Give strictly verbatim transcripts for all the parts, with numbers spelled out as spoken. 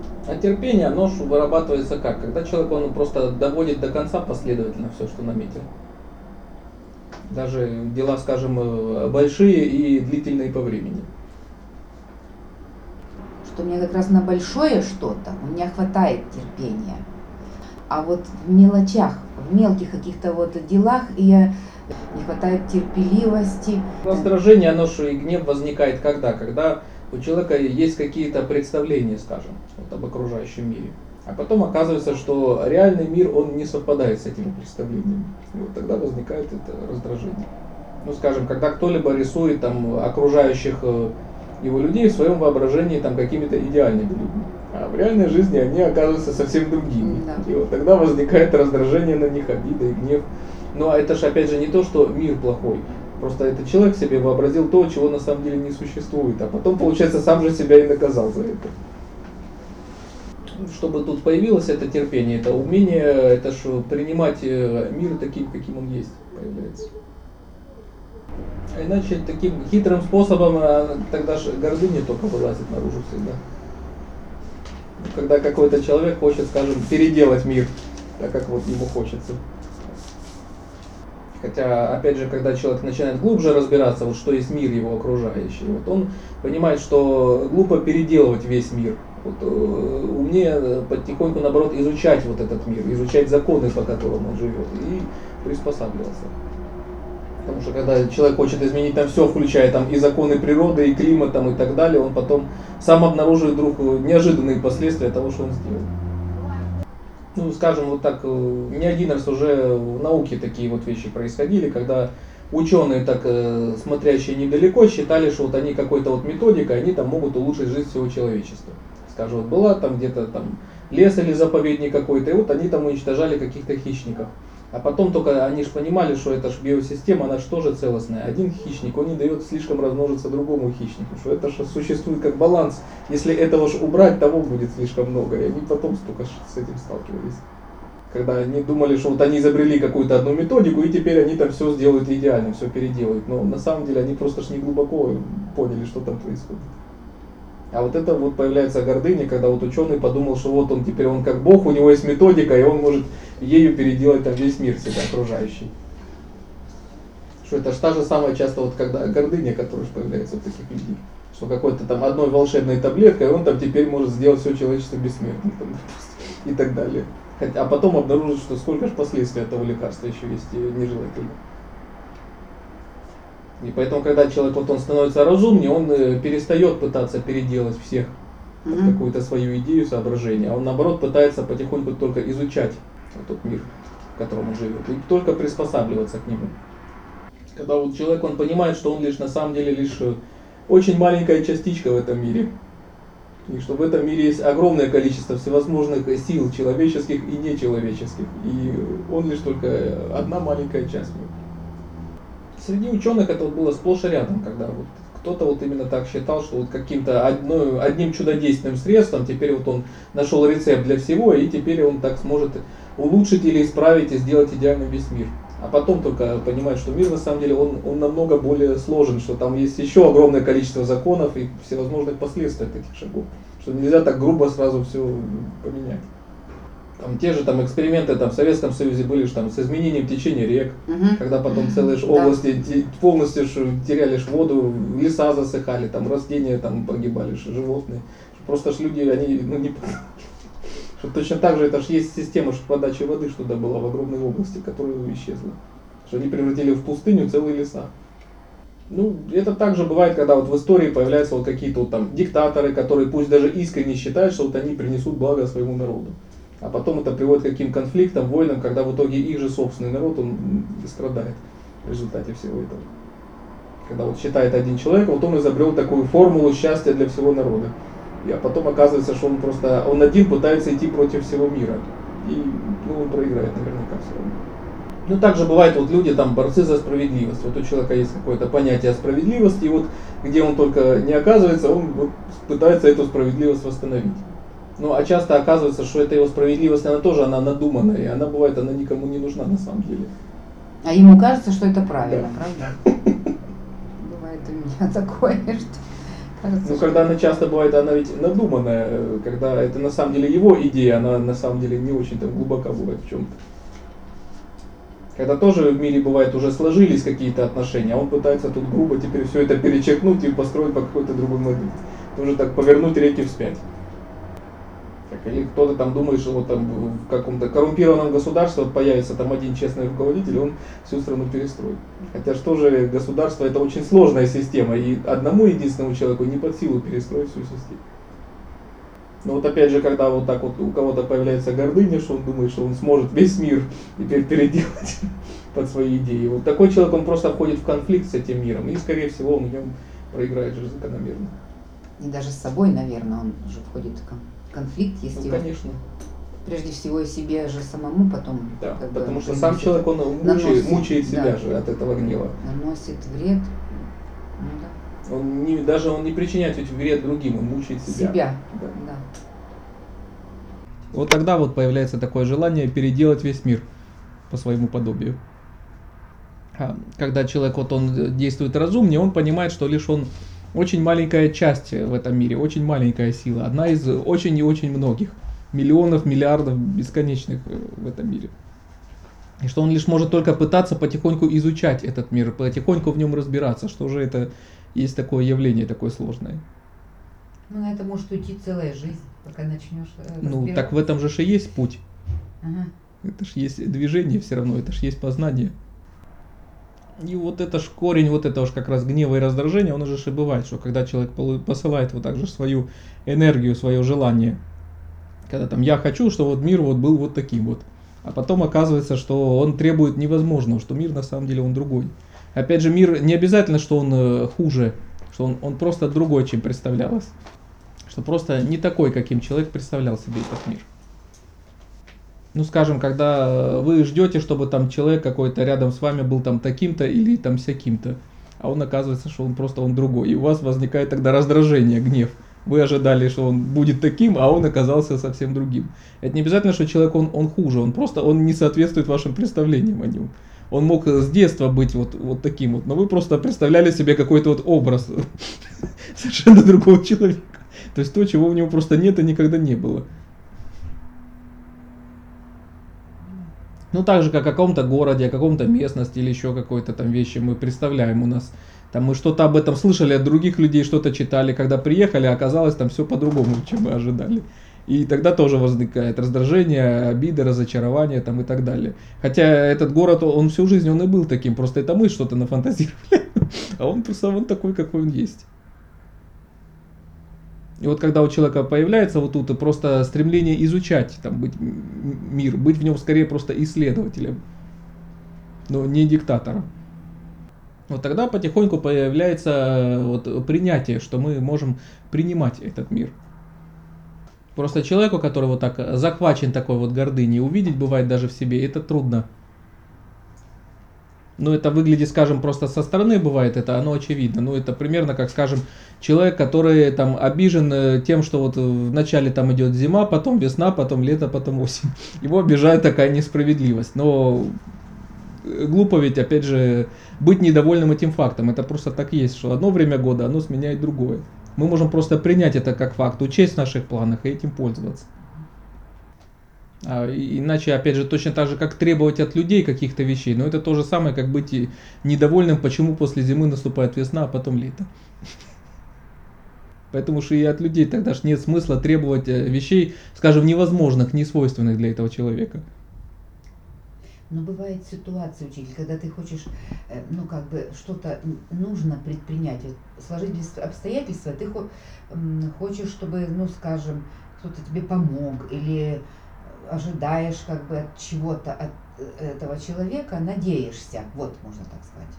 А терпение, оно ж вырабатывается как? Когда человек, он просто доводит до конца последовательно все, что наметил. Даже дела, скажем, э, большие и длительные по времени. Что мне как раз на большое что-то у меня хватает терпения. А вот в мелочах, в мелких каких-то вот делах я не хватает терпеливости. Раздражение, оно же и гнев возникает когда? Когда у человека есть какие-то представления, скажем, вот об окружающем мире. А потом оказывается, что реальный мир, он не совпадает с этими представлениями. И вот тогда возникает это раздражение. Ну, скажем, когда кто-либо рисует там окружающих э, его людей в своем воображении там какими-то идеальными людьми. А в реальной жизни они оказываются совсем другими. Да. И вот тогда возникает раздражение на них, обида и гнев. Но это же опять же не то, что мир плохой. Просто этот человек себе вообразил то, чего на самом деле не существует. А потом, получается, сам же себя и наказал за это. Чтобы тут появилось это терпение, это умение, это ж принимать мир таким, каким он есть, появляется. А иначе таким хитрым способом тогда же гордыня только вылазит наружу всегда. Когда какой-то человек хочет, скажем, переделать мир, так как вот ему хочется. Хотя, опять же, когда человек начинает глубже разбираться, вот что есть мир его окружающий, вот он понимает, что глупо переделывать весь мир. Вот, э, умнее потихоньку, наоборот, изучать вот этот мир, изучать законы, по которым он живет, и приспосабливаться. Потому что когда человек хочет изменить там все, включая там и законы природы, и климат там, и так далее, он потом сам обнаруживает вдруг неожиданные последствия того, что он сделал. Ну, скажем, вот так, не один раз уже в науке такие вот вещи происходили, когда ученые, так смотрящие недалеко, считали, что вот они какой-то вот методикой, они там могут улучшить жизнь всего человечества. Скажем, вот была там где-то там лес или заповедник какой-то, и вот они там уничтожали каких-то хищников. А потом только они же понимали, что это ж биосистема, она же тоже целостная. Один хищник, он не дает слишком размножиться другому хищнику, что это же существует как баланс. Если этого ж убрать, того будет слишком много. И они потом столько с этим сталкивались. Когда они думали, что вот они изобрели какую-то одну методику, и теперь они там все сделают идеально, все переделают. Но на самом деле они просто ж не глубоко поняли, что там происходит. А вот это вот появляется гордыня, когда вот ученый подумал, что вот он теперь он как бог, у него есть методика, и он может ею переделать там весь мир себя окружающий. Что это же та же самая часто вот когда гордыня, которая появляется у таких людей. Что какой-то там одной волшебной таблеткой, он там теперь может сделать все человечество бессмертным там, и так далее. А потом обнаружить, что сколько же последствий этого лекарства еще есть нежелательно. И поэтому, когда человек вот он становится разумнее, он перестает пытаться переделать всех под Мгм. какую-то свою идею, соображение, а он наоборот пытается потихоньку только изучать вот тот мир, в котором он живет, и только приспосабливаться к нему. Когда вот человек он понимает, что он лишь на самом деле лишь очень маленькая частичка в этом мире, и что в этом мире есть огромное количество всевозможных сил человеческих и нечеловеческих, и он лишь только одна маленькая часть мира. Среди ученых это вот было сплошь и рядом, когда вот кто-то вот именно так считал, что вот каким-то одной, одним чудодейственным средством теперь вот он нашел рецепт для всего, и теперь он так сможет улучшить или исправить и сделать идеальным весь мир. А потом только понимает, что мир на самом деле он, он намного более сложен, что там есть еще огромное количество законов и всевозможных последствий таких шагов, что нельзя так грубо сразу все поменять. Там те же там эксперименты там, в Советском Союзе были ж, там, с изменением течения рек, Мгм. когда потом целые ж Да. области те- полностью ж теряли ж воду, леса засыхали, там растения там погибали, ж, животные. Просто ж люди, они ну, не что точно так же это ж есть система ж подачи воды, что туда была в огромной области, которая исчезла. Что они превратили в пустыню целые леса. Ну, это также бывает, когда вот в истории появляются вот какие-то вот там диктаторы, которые пусть даже искренне считают, что вот они принесут благо своему народу. А потом это приводит к каким конфликтам, войнам, когда в итоге их же собственный народ, он страдает в результате всего этого. Когда вот считает один человек, вот он изобрел такую формулу счастья для всего народа. А потом оказывается, что он просто, он один пытается идти против всего мира. И ну, он проиграет наверняка все равно. Ну, также бывает, вот люди, там, борцы за справедливость. Вот у человека есть какое-то понятие о справедливости, и вот где он только не оказывается, он вот пытается эту справедливость восстановить. Ну, а часто оказывается, что эта его справедливость, она тоже, она надуманная, и она бывает, она никому не нужна на самом деле. А ему кажется, что это правильно, Да. правда? Бывает у меня такое, что Кажется, Ну, что когда это она часто бывает, она ведь надуманная, э, когда это на самом деле его идея, она на самом деле не очень там глубока бывает в чем-то. Когда тоже в мире бывает уже сложились какие-то отношения, а он пытается тут грубо теперь все это перечеркнуть и построить по какой-то другой модели. Тоже так повернуть реки вспять. Так, или кто-то там думает, что вот там в каком-то коррумпированном государстве вот появится там один честный руководитель, и он всю страну перестроит. Хотя что же государство это очень сложная система, и одному единственному человеку не под силу перестроить всю систему. Но вот опять же, когда вот так вот у кого-то появляется гордыня, что он думает, что он сможет весь мир теперь переделать под свои идеи. Вот такой человек, он просто входит в конфликт с этим миром, и скорее всего он в нем проиграет же закономерно. И даже с собой, наверное, он уже входит в кон- конфликт, если Ну, он конечно. прежде всего и себе же самому потом. Да, как бы потому что приносит- сам человек, он мучает, наносит, мучает себя да, же от этого гнева. наносит вред. Ну да. Он не, даже он не причиняет ведь вред другим, он мучает себя. Себя. Да. Да. Вот тогда вот появляется такое желание переделать весь мир по своему подобию. А когда человек вот он действует разумнее, он понимает, что лишь он очень маленькая часть в этом мире, очень маленькая сила, одна из очень и очень многих, миллионов, миллиардов бесконечных в этом мире. И что он лишь может только пытаться потихоньку изучать этот мир, потихоньку в нем разбираться, что же это есть такое явление, такое сложное. Ну, на это может уйти целая жизнь, пока начнешь э, Ну, разбираться. так в этом же и есть путь. Ага. Это ж есть движение все равно, это ж есть познание. И вот это ж корень вот этого ж как раз гнева и раздражения, он уже ж и бывает, что когда человек полу- посылает вот так же свою энергию, свое желание, когда там я хочу, что вот мир вот был вот таким вот, а потом оказывается, что он требует невозможного, что мир на самом деле он другой. Опять же, мир не обязательно, что он э, хуже, что он, он просто другой, чем представлялось. Что просто не такой, каким человек представлял себе этот мир. Ну, скажем, когда вы ждете, чтобы там человек какой-то рядом с вами был там таким-то или там всяким-то, а он оказывается, что он просто он другой. И у вас возникает тогда раздражение, гнев. Вы ожидали, что он будет таким, а он оказался совсем другим. Это не обязательно, что человек он, он хуже, он просто он не соответствует вашим представлениям о нем. Он мог с детства быть вот, вот таким вот, но вы просто представляли себе какой-то вот образ совершенно другого человека. То есть то, чего у него просто нет и никогда не было. Ну, так же, как о каком-то городе, о каком-то местности или еще какой-то там вещи мы представляем у нас. Там мы что-то об этом слышали от других людей, что-то читали, когда приехали, оказалось там все по-другому, чем мы ожидали. И тогда тоже возникает раздражение, обида, разочарование там и так далее. Хотя этот город, он всю жизнь он и был таким, просто это мы что-то нафантазировали, а он просто он такой, какой он есть. И вот когда у человека появляется вот тут просто стремление изучать там, быть, мир, быть в нем скорее просто исследователем, но не диктатором. Вот тогда потихоньку появляется вот принятие, что мы можем принимать этот мир. Просто человеку, который вот так захвачен такой вот гордыней, увидеть бывает даже в себе, это трудно. Ну, это выглядит, скажем, просто со стороны бывает, это оно очевидно. Ну, это примерно как, скажем, человек, который там обижен тем, что вот вначале там идет зима, потом весна, потом лето, потом осень. Его обижает такая несправедливость. Но глупо ведь, опять же, быть недовольным этим фактом. Это просто так есть, что одно время года, оно сменяет другое. Мы можем просто принять это как факт, учесть в наших планах и этим пользоваться. А, иначе, опять же, точно так же, как требовать от людей каких-то вещей, но это то же самое, как быть и недовольным, почему после зимы наступает весна, а потом лето. Поэтому что и от людей тогда ж нет смысла требовать вещей, скажем, невозможных, несвойственных для этого человека. Но бывает ситуация, учитель, когда ты хочешь, ну, как бы, что-то нужно предпринять, вот, сложить обстоятельства, ты хочешь, чтобы, ну, скажем, кто-то тебе помог, или ожидаешь, как бы, от чего-то, от этого человека, надеешься, вот, можно так сказать.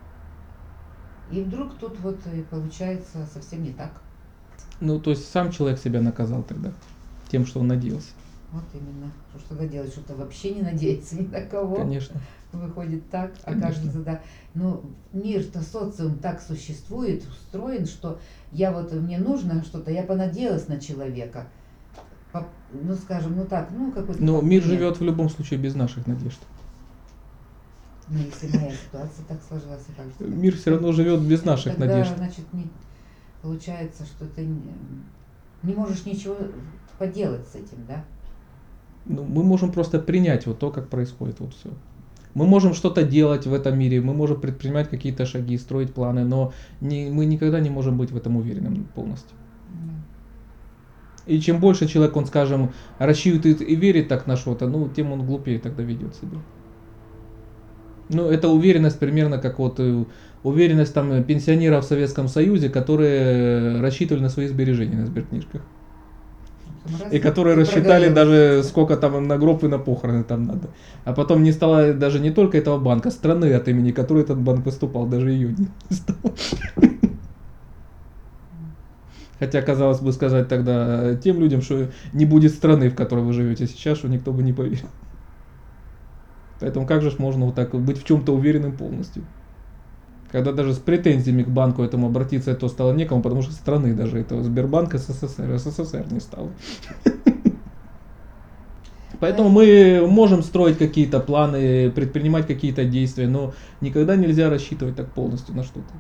И вдруг тут вот и получается совсем не так. Ну, то есть сам человек себя наказал тогда, тем, что он надеялся. Вот именно. Что тогда делать? Что-то вообще не надеяться ни на кого. Конечно. Выходит так, Конечно. а каждый задает. Ну, мир-то, социум так существует, устроен, что я вот, мне нужно что-то, я понадеялась на человека. По, ну, скажем, ну так, ну какой-то... Но мир момент. живет в любом случае без наших надежд. Ну, если моя ситуация так сложилась, и как же... Мир все равно живет без наших Тогда, надежд. значит, не... получается, что ты не, не можешь ничего поделать с этим, да? Ну, мы можем просто принять вот то, как происходит, вот все. Мы можем что-то делать в этом мире, мы можем предпринимать какие-то шаги, строить планы, но не, мы никогда не можем быть в этом уверенным полностью. И чем больше человек, он, скажем, рассчитывает и верит так на что-то, ну, тем он глупее тогда ведет себя. Ну, это уверенность примерно как вот э, уверенность там пенсионеров в Советском Союзе, которые рассчитывали на свои сбережения на сберкнижках. Раз И которые ты рассчитали даже проголодался. сколько там им на гроб и на похороны там надо. А потом не стало даже не только этого банка, страны, от имени которой этот банк выступал, даже ее не стало. Хотя, казалось бы, сказать тогда тем людям, что не будет страны, в которой вы живете сейчас, что никто бы не поверил. Поэтому как же ж можно вот так быть в чем-то уверенным полностью? Когда даже с претензиями к банку этому обратиться, то стало некому, потому что страны даже этого Сбербанк СССР, СССР не стало. Поэтому мы можем строить какие-то планы, предпринимать какие-то действия, но никогда нельзя рассчитывать так полностью на что-то.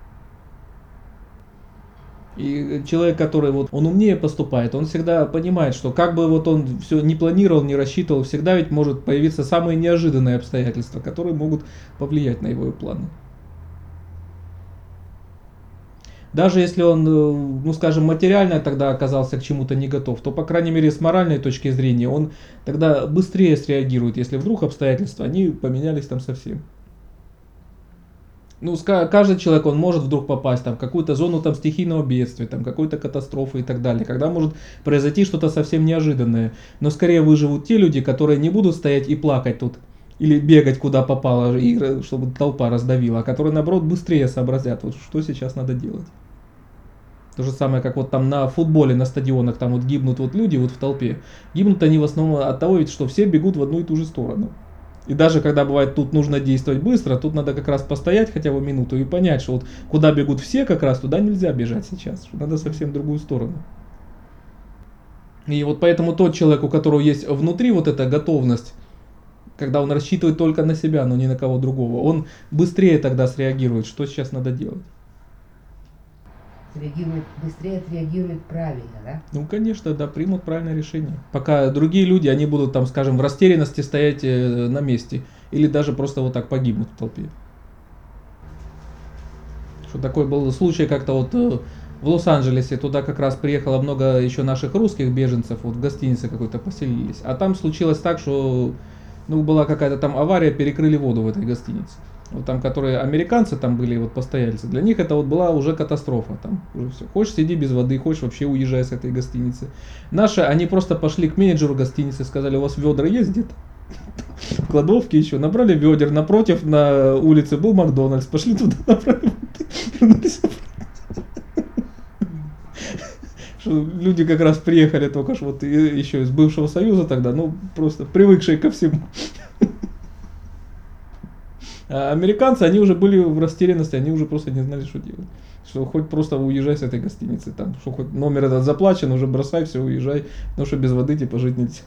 И человек, который вот, он умнее поступает, он всегда понимает, что как бы вот он все не планировал, не рассчитывал, всегда ведь может появиться самые неожиданные обстоятельства, которые могут повлиять на его планы. Даже если он, ну скажем, материально тогда оказался к чему-то не готов, то, по крайней мере, с моральной точки зрения, он тогда быстрее среагирует, если вдруг обстоятельства, они поменялись там совсем. Ну, каждый человек, он может вдруг попасть там, в какую-то зону там, стихийного бедствия, там, какой-то катастрофы и так далее, когда может произойти что-то совсем неожиданное. Но скорее выживут те люди, которые не будут стоять и плакать тут, или бегать куда попало, и, чтобы толпа раздавила, а которые, наоборот, быстрее сообразят, вот что сейчас надо делать. То же самое, как вот там на футболе, на стадионах, там вот гибнут вот люди вот в толпе. Гибнут они в основном от того, ведь, что все бегут в одну и ту же сторону. И даже когда бывает тут нужно действовать быстро, тут надо как раз постоять хотя бы минуту и понять, что вот куда бегут все как раз, туда нельзя бежать сейчас, что надо совсем в другую сторону. И вот поэтому тот человек, у которого есть внутри вот эта готовность, когда он рассчитывает только на себя, но ни на кого другого, он быстрее тогда среагирует, что сейчас надо делать. Реагирует, быстрее отреагирует правильно, да? Ну, конечно, да, примут правильное решение. Пока другие люди, они будут там, скажем, в растерянности стоять на месте. Или даже просто вот так погибнут в толпе. Что такой был случай, как-то вот в Лос-Анджелесе, туда как раз приехало много еще наших русских беженцев, вот в гостинице какой-то поселились. А там случилось так, что ну, была какая-то там авария, перекрыли воду в этой гостинице. Вот там, которые американцы там были, вот постояльцы, для них это вот была уже катастрофа. Там уже все. Хочешь, сиди без воды, хочешь, вообще уезжай с этой гостиницы. Наши, они просто пошли к менеджеру гостиницы, сказали, у вас ведра есть где-то? В кладовке еще. Набрали ведер, напротив на улице был Макдональдс, пошли туда, набрали воды. Люди как раз приехали только что вот еще из бывшего Союза тогда, ну просто привыкшие ко всему. А американцы, они уже были в растерянности, они уже просто не знали, что делать. Что хоть просто уезжай с этой гостиницы, там, что хоть номер этот заплачен, уже бросай, все, уезжай, потому что без воды типа жить нельзя.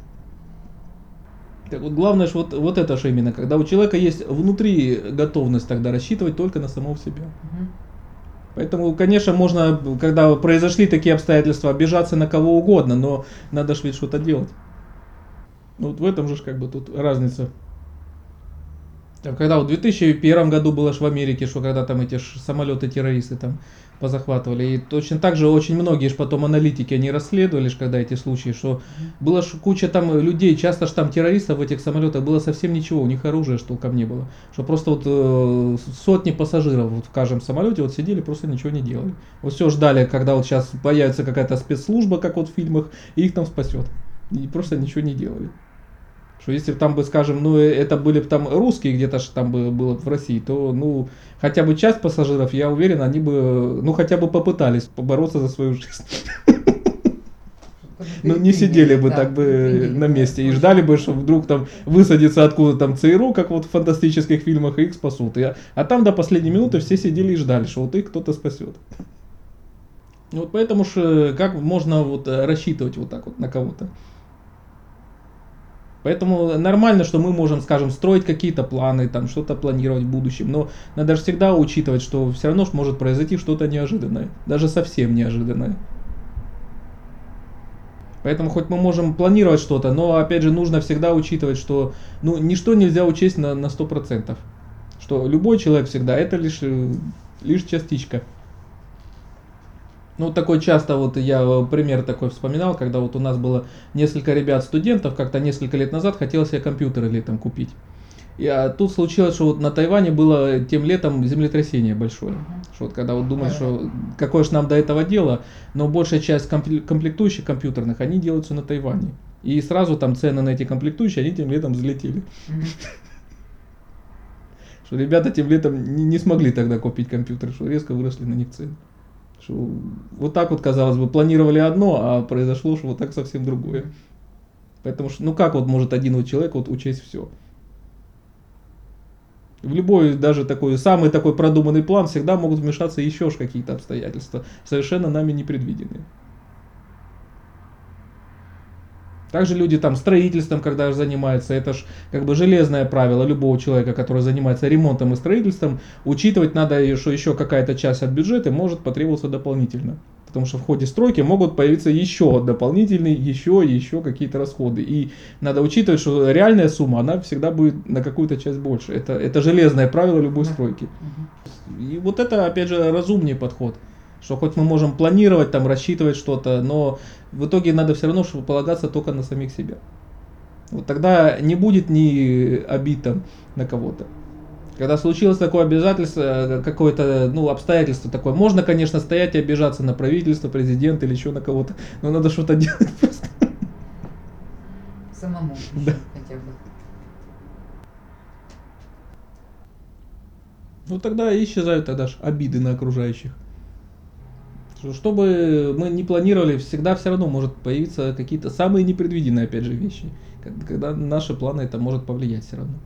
Так вот, главное, что вот, вот это же именно, когда у человека есть внутри готовность тогда рассчитывать только на самого себя. Угу. Поэтому, конечно, можно, когда произошли такие обстоятельства, обижаться на кого угодно, но надо же ведь что-то делать. Вот в этом же как бы тут разница. Когда в две тысячи первом году было ж в Америке, что когда там эти самолеты террористы там позахватывали, и точно так же очень многие ж потом аналитики, они расследовали, ж, когда эти случаи, что было ж куча там людей, часто ж там террористов в этих самолетах было совсем ничего, у них оружия ж толком не было, что просто вот э, сотни пассажиров вот в каждом самолете вот сидели, просто ничего не делали. Вот все ждали, когда вот сейчас появится какая-то спецслужба, как вот в фильмах, и их там спасет. И просто ничего не делали. Что если бы там бы, скажем, ну это были бы там русские, где-то же там бы было в России, то ну хотя бы часть пассажиров, я уверен, они бы, ну хотя бы попытались побороться за свою жизнь. Ну не сидели бы так бы на месте и ждали бы, что вдруг там высадится откуда там ЦРУ, как вот в фантастических фильмах, и их спасут. А там до последней минуты все сидели и ждали, что вот их кто-то спасет. Вот поэтому же как можно вот рассчитывать вот так вот на кого-то? Поэтому нормально, что мы можем, скажем, строить какие-то планы, там что-то планировать в будущем, но надо же всегда учитывать, что все равно может произойти что-то неожиданное, даже совсем неожиданное. Поэтому хоть мы можем планировать что-то, но опять же нужно всегда учитывать, что ну, ничто нельзя учесть на, на сто процентов. Что любой человек всегда это лишь, лишь частичка. Ну, такой часто, вот я пример такой вспоминал, когда вот у нас было несколько ребят-студентов, как-то несколько лет назад хотел себе компьютеры летом купить. И а тут случилось, что вот на Тайване было тем летом землетрясение большое. Uh-huh. Что вот когда вот думаешь, uh-huh. что какое же нам до этого дело, но большая часть комплектующих компьютерных, они делаются на Тайване. И сразу там цены на эти комплектующие, они тем летом взлетели. Uh-huh. Что ребята тем летом не, не смогли тогда купить компьютер, что резко выросли на них цены. Что вот так вот, казалось бы, планировали одно, а произошло, что вот так совсем другое. Поэтому, ну как вот может один вот человек вот учесть все? В любой, даже такой, самый такой продуманный план всегда могут вмешаться еще какие-то обстоятельства, совершенно нами непредвиденные. Также люди там строительством, когда занимаются, это ж как бы железное правило любого человека, который занимается ремонтом и строительством, учитывать надо, что еще какая-то часть от бюджета может потребоваться дополнительно. Потому что в ходе стройки могут появиться еще дополнительные, еще и еще какие-то расходы. И надо учитывать, что реальная сумма, она всегда будет на какую-то часть больше. Это, это железное правило любой стройки. И вот это, опять же, разумный подход. Что хоть мы можем планировать, там, рассчитывать что-то, но в итоге надо все равно полагаться только на самих себя. Вот тогда не будет ни обид там на кого-то. Когда случилось такое обязательство, какое-то ну, обстоятельство такое, можно, конечно, стоять и обижаться на правительство, президента или еще на кого-то, но надо что-то делать просто. Самому да. хотя бы. Ну тогда исчезают тогда ж обиды на окружающих. Что бы мы ни планировали, всегда все равно может появиться какие-то самые непредвиденные, опять же, вещи. Когда наши планы это может повлиять все равно.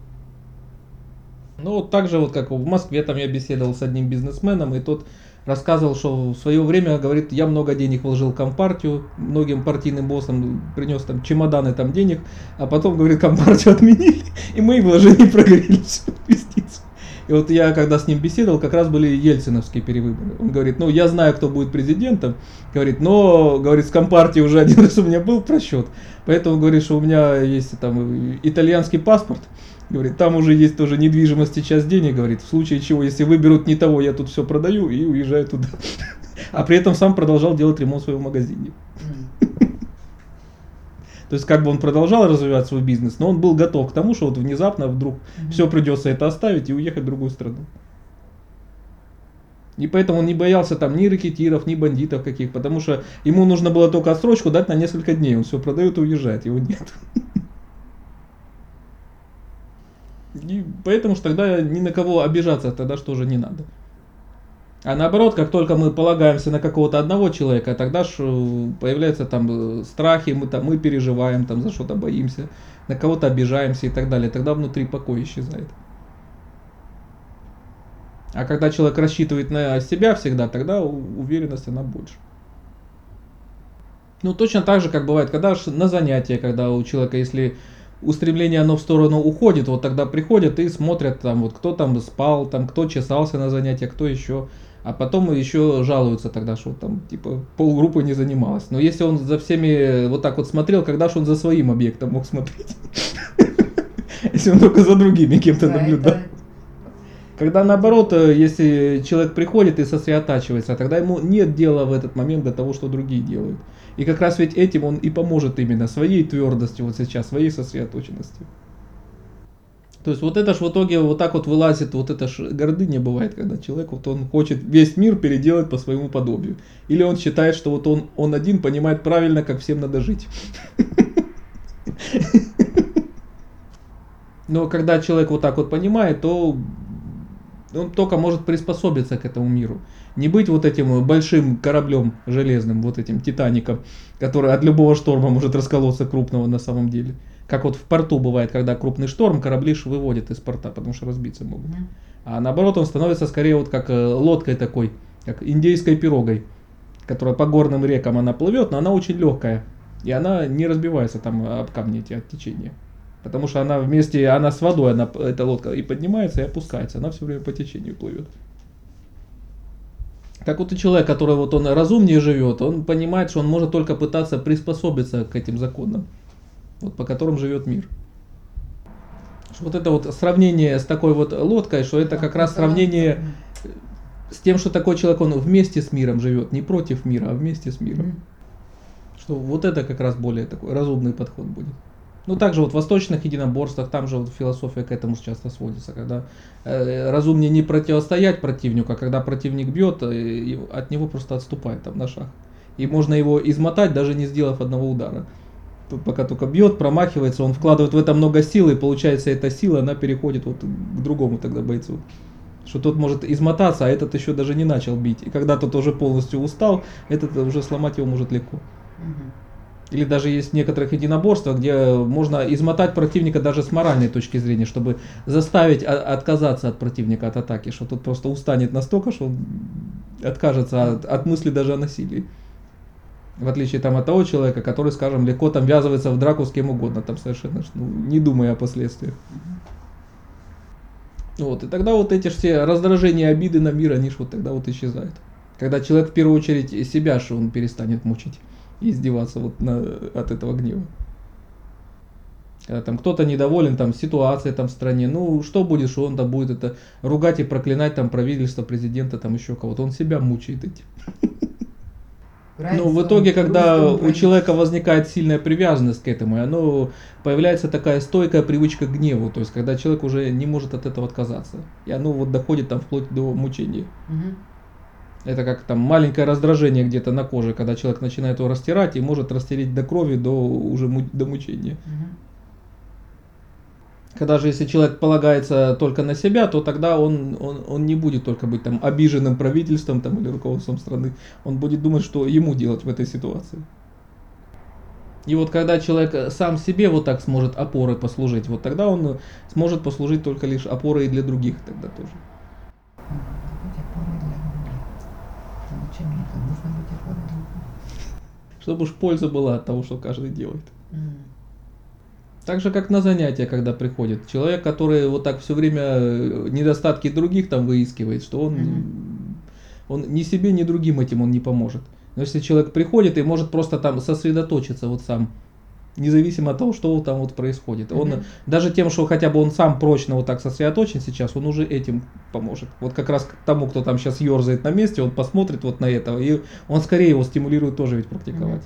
Ну вот так же, вот как в Москве, там я беседовал с одним бизнесменом, и тот рассказывал, что в свое время, говорит, я много денег вложил в Компартию, многим партийным боссам принес там чемоданы там денег, а потом, говорит, Компартию отменили, и мои вложения прогорели всю инвестицию. И вот я, когда с ним беседовал, как раз были ельциновские перевыборы. Он говорит, ну я знаю, кто будет президентом, говорит, но, говорит, с Компартией уже один раз у меня был просчет, поэтому, говорит, что у меня есть там итальянский паспорт, говорит, там уже есть тоже недвижимость и часть денег, говорит, в случае чего, если выберут не того, я тут все продаю и уезжаю туда. А при этом сам продолжал делать ремонт в своем магазине. То есть как бы он продолжал развивать свой бизнес, но он был готов к тому, что вот внезапно вдруг mm-hmm. все придется это оставить и уехать в другую страну. И поэтому он не боялся там ни рэкетиров, ни бандитов каких, потому что ему нужно было только отсрочку дать на несколько дней, он все продает и уезжает, его нет. И поэтому что тогда ни на кого обижаться тогда что же не надо. А наоборот, как только мы полагаемся на какого-то одного человека, тогда ж появляются там страхи, мы, там, мы переживаем, там, за что-то боимся, на кого-то обижаемся и так далее. Тогда внутри покой исчезает. А когда человек рассчитывает на себя всегда, тогда уверенность она больше. Ну точно так же, как бывает, когда на занятия, когда у человека, если устремление оно в сторону уходит, вот тогда приходят и смотрят, там, вот, кто там спал, там, кто чесался на занятиях, кто еще. А потом еще жалуются тогда, что там типа полгруппы не занималась. Но если он за всеми вот так вот смотрел, когда же он за своим объектом мог смотреть? Если он только за другими кем-то наблюдал. Когда наоборот, если человек приходит и сосредотачивается, тогда ему нет дела в этот момент до того, что другие делают. И как раз ведь этим он и поможет именно своей твердостью вот сейчас, своей сосредоточенностью. То есть вот это ж в итоге вот так вот вылазит, вот это ж гордыня бывает, когда человек вот он хочет весь мир переделать по своему подобию. Или он считает, что вот он, он один понимает правильно, как всем надо жить. Но когда человек вот так вот понимает, то он только может приспособиться к этому миру. Не быть вот этим большим кораблем железным, вот этим Титаником, который от любого шторма может расколоться крупного на самом деле. Как вот в порту бывает, когда крупный шторм, корабли выводят из порта, потому что разбиться могут. А наоборот, он становится скорее вот как лодкой такой, как индейской пирогой, которая по горным рекам она плывет, но она очень легкая. И она не разбивается там об камни эти от течения. Потому что она вместе, она с водой, она, эта лодка и поднимается, и опускается. Она все время по течению плывет. Так вот и человек, который вот он разумнее живет, он понимает, что он может только пытаться приспособиться к этим законам, вот, по которым живет мир. Вот это вот сравнение с такой вот лодкой, что это как раз сравнение с тем, что такой человек, он вместе с миром живет, не против мира, а вместе с миром. Что вот это как раз более такой разумный подход будет. Ну, также вот в восточных единоборствах, там же вот философия к этому часто сводится, когда э, разумнее не противостоять противнику, а когда противник бьет, э, от него просто отступает там на шаг. И можно его измотать, даже не сделав одного удара. Тут пока только бьет, промахивается, он вкладывает в это много сил, и получается эта сила, она переходит вот к другому тогда бойцу. Что тот может измотаться, а этот еще даже не начал бить. И когда тот уже полностью устал, этот уже сломать его может легко. Или даже есть в некоторых единоборствах, где можно измотать противника даже с моральной точки зрения, чтобы заставить отказаться от противника от атаки, что тот просто устанет настолько, что он откажется от, от мысли даже о насилии. В отличие там, от того человека, который, скажем, легко там ввязывается в драку с кем угодно, там совершенно ну, не думая о последствиях. Вот, и тогда вот эти все раздражения, обиды на мир, они же вот тогда вот исчезают. Когда человек в первую очередь себя, что он перестанет мучить и издеваться вот на, от этого гнева. Когда там кто-то недоволен там ситуацией там в стране, ну что будет, что он там будет это ругать и проклинать там правительство, президента, там еще кого-то, он себя мучает этим. Но в итоге, когда у человека возникает сильная привязанность к этому, и оно появляется такая стойкая привычка к гневу, то есть когда человек уже не может от этого отказаться, и оно вот доходит там вплоть до мучения. Это как там маленькое раздражение где-то на коже, когда человек начинает его растирать и может растереть до крови, до уже му- до мучения. Угу. Когда же если человек полагается только на себя, то тогда он, он, он не будет только быть там обиженным правительством там, или руководством страны. Он будет думать, что ему делать в этой ситуации. И вот когда человек сам себе вот так сможет опорой послужить, вот тогда он сможет послужить только лишь опорой и для других тогда тоже. Чтобы уж польза была от того, что каждый делает. Mm. Так же, как на занятия, когда приходит человек, который вот так все время недостатки других там выискивает, что он, mm-hmm. он ни себе, ни другим этим он не поможет. Но если человек приходит и может просто там сосредоточиться вот сам, независимо от того, что там вот происходит. Mm-hmm. Он даже тем, что хотя бы он сам прочно вот так сосредоточен сейчас, он уже этим поможет. Вот как раз тому, кто там сейчас ерзает на месте, он посмотрит вот на этого, и он скорее его стимулирует тоже ведь практиковать.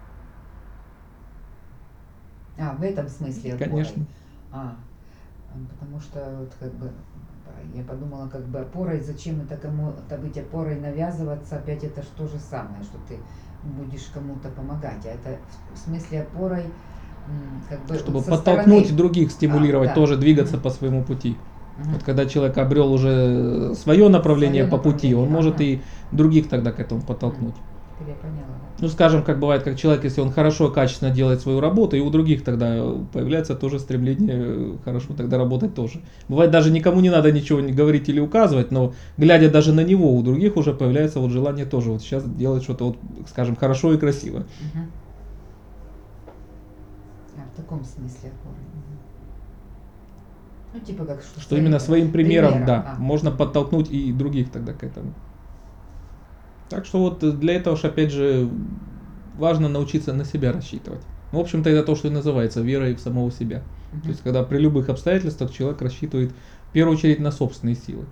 Mm-hmm. А, в этом смысле опорой. Конечно. А, потому что вот как бы я подумала, как бы опорой, зачем это кому-то быть опорой, навязываться, опять это же то же самое, что ты будешь кому-то помогать, а это в смысле опорой, как бы чтобы подтолкнуть стороны других, стимулировать, а, да. тоже двигаться mm-hmm. по своему пути. Mm-hmm. Вот когда человек обрел уже свое направление свое по направление, пути, он ага. может и других тогда к этому подтолкнуть. Mm-hmm. Я поняла. Ну, скажем, как бывает, как человек, если он хорошо, качественно делает свою работу, и у других тогда появляется тоже стремление хорошо тогда работать тоже. Бывает, даже никому не надо ничего не говорить или указывать, но глядя даже на него, у других уже появляется вот желание тоже вот сейчас делать что-то, вот, скажем, хорошо и красиво. Угу. А, в таком смысле опоры. Ну, типа как что, что именно своим примером, примером да, а. можно подтолкнуть и других тогда к этому. Так что вот для этого же опять же важно научиться на себя рассчитывать. В общем-то это то, что и называется верой в самого себя. Uh-huh. То есть когда при любых обстоятельствах человек рассчитывает в первую очередь на собственные силы.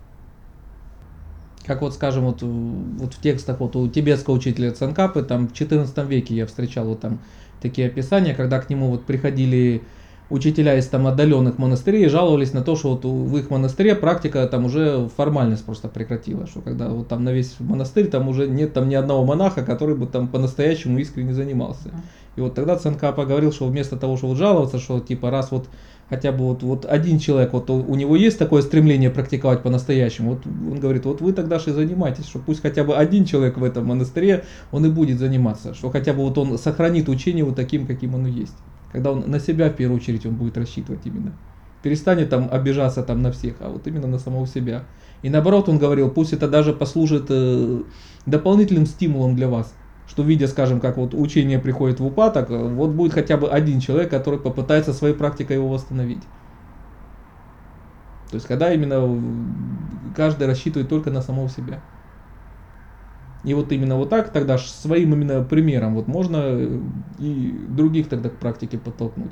Как вот скажем вот, вот в текстах вот у тибетского учителя Цанкапы, там в четырнадцатом веке я встречал вот там такие описания, когда к нему вот приходили учителя из там отдаленных монастырей жаловались на то, что вот в их монастыре практика там уже формальность просто прекратила, что когда вот там на весь монастырь там уже нет там ни одного монаха, который бы там по-настоящему искренне занимался. И вот тогда Цанкапа говорил, что вместо того, чтобы жаловаться, что типа раз вот хотя бы вот, вот один человек, вот у него есть такое стремление практиковать по-настоящему, вот он говорит, вот вы тогда же и занимаетесь, что пусть хотя бы один человек в этом монастыре, он и будет заниматься, что хотя бы вот он сохранит учение вот таким, каким оно есть. Когда он на себя в первую очередь он будет рассчитывать именно. Перестанет там обижаться там на всех, а вот именно на самого себя. И наоборот он говорил, пусть это даже послужит э, дополнительным стимулом для вас. что видя, скажем, как вот учение приходит в упадок, вот будет хотя бы один человек, который попытается своей практикой его восстановить. То есть когда именно каждый рассчитывает только на самого себя. И вот именно вот так тогда своим именно примером вот можно и других тогда к практике подтолкнуть.